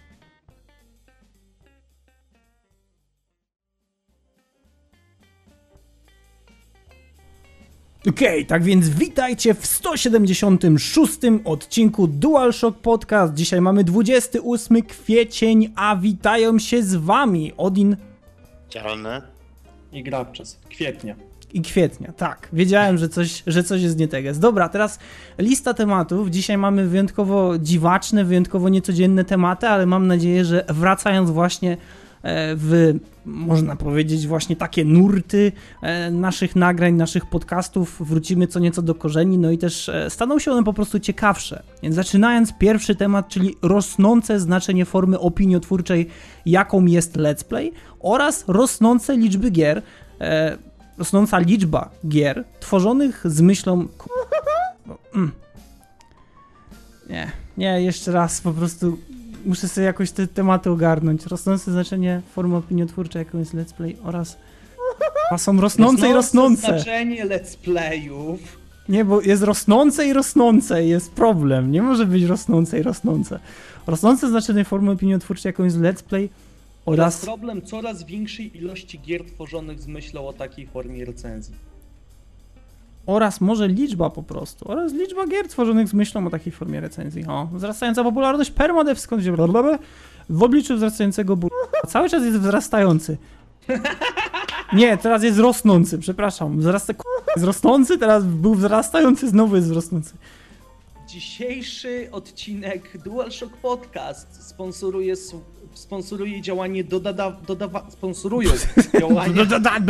Okej, okay, tak więc witajcie w sto siedemdziesiątym szóstym odcinku DualShock Podcast. Dzisiaj mamy dwudziesty ósmy kwiecień, a witają się z wami Odin Cialny. I Grabczas. Kwietnia. i Kwietnia. Tak, wiedziałem, że coś, że coś jest nie tak jest. Dobra, teraz lista tematów. Dzisiaj mamy wyjątkowo dziwaczne, wyjątkowo niecodzienne tematy, ale mam nadzieję, że wracając właśnie w, można powiedzieć, właśnie takie nurty naszych nagrań, naszych podcastów, wrócimy co nieco do korzeni, no i też staną się one po prostu ciekawsze. Więc zaczynając pierwszy temat, czyli rosnące znaczenie formy opiniotwórczej, jaką jest let's play, oraz rosnące liczby gier, e, rosnąca liczba gier tworzonych z myślą... No, mm. Nie, nie, jeszcze raz po prostu... Muszę sobie jakoś te tematy ogarnąć. Rosnące znaczenie formy opiniotwórczej, jaką jest let's play, oraz a są rosnące i rosnące. Znaczenie let's playów. Nie, bo jest rosnące i rosnące, jest problem. Nie może być rosnące i rosnące. Rosnące znaczenie formy opiniotwórczej, jaką jest let's play, Oraz oraz... problem coraz większej ilości gier tworzonych z myślą o takiej formie recenzji. oraz może liczba po prostu, oraz liczba gier tworzonych z myślą o takiej formie recenzji. O, wzrastająca popularność permadev, skąd się blablabla, w obliczu wzrastającego ból... Cały czas jest wzrastający. Nie, teraz jest rosnący, przepraszam. Wzrasta... Jest rosnący, teraz był wzrastający, znowu jest wzrosnący. Dzisiejszy odcinek DualShock Podcast sponsoruje, sponsoruje działanie dodada, dodawa, sponsorują działania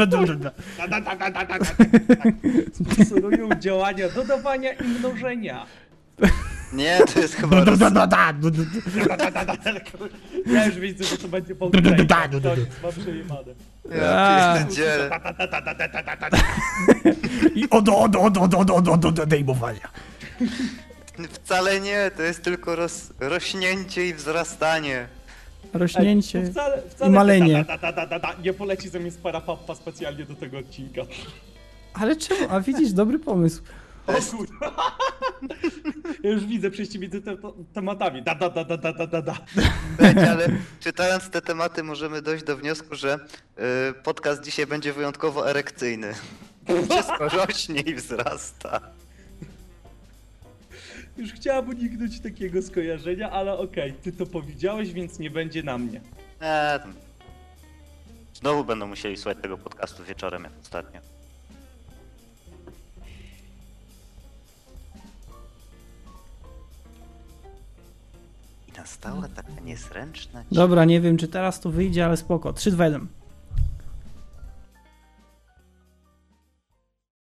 sponsorują działania dodawania i mnożenia. Nie, to jest chyba... roz... Ja już widzę, że to będzie powtórzenie. Mam przejebane. Ja pierdzielę. I od, od, od, od, od, od, od, od odejmowania. Wcale nie, to jest tylko roz... rośnięcie i wzrastanie. Rośnięcie Ej, to wcale, wcale i malenie. Da, da, da, da, da, nie poleci ze mnie Sparapappa specjalnie do tego odcinka. Ale czemu? A widzisz, dobry pomysł. O kurwa. Ja już widzę przejście między te, te, tematami. Da, da, da, da, da, da, da, da. Będzie, ale czytając te tematy możemy dojść do wniosku, że y, podcast dzisiaj będzie wyjątkowo erekcyjny. Wszystko rośnie i wzrasta. Już chciałam uniknąć takiego skojarzenia, ale okej, ty to powiedziałeś, więc nie będzie na mnie. Eee, tam. Znowu będą musieli słuchać tego podcastu wieczorem jak ostatnio. I nastała taka niezręczna... Dobra, nie wiem, czy teraz to wyjdzie, ale spoko. trzy, dwa, jeden.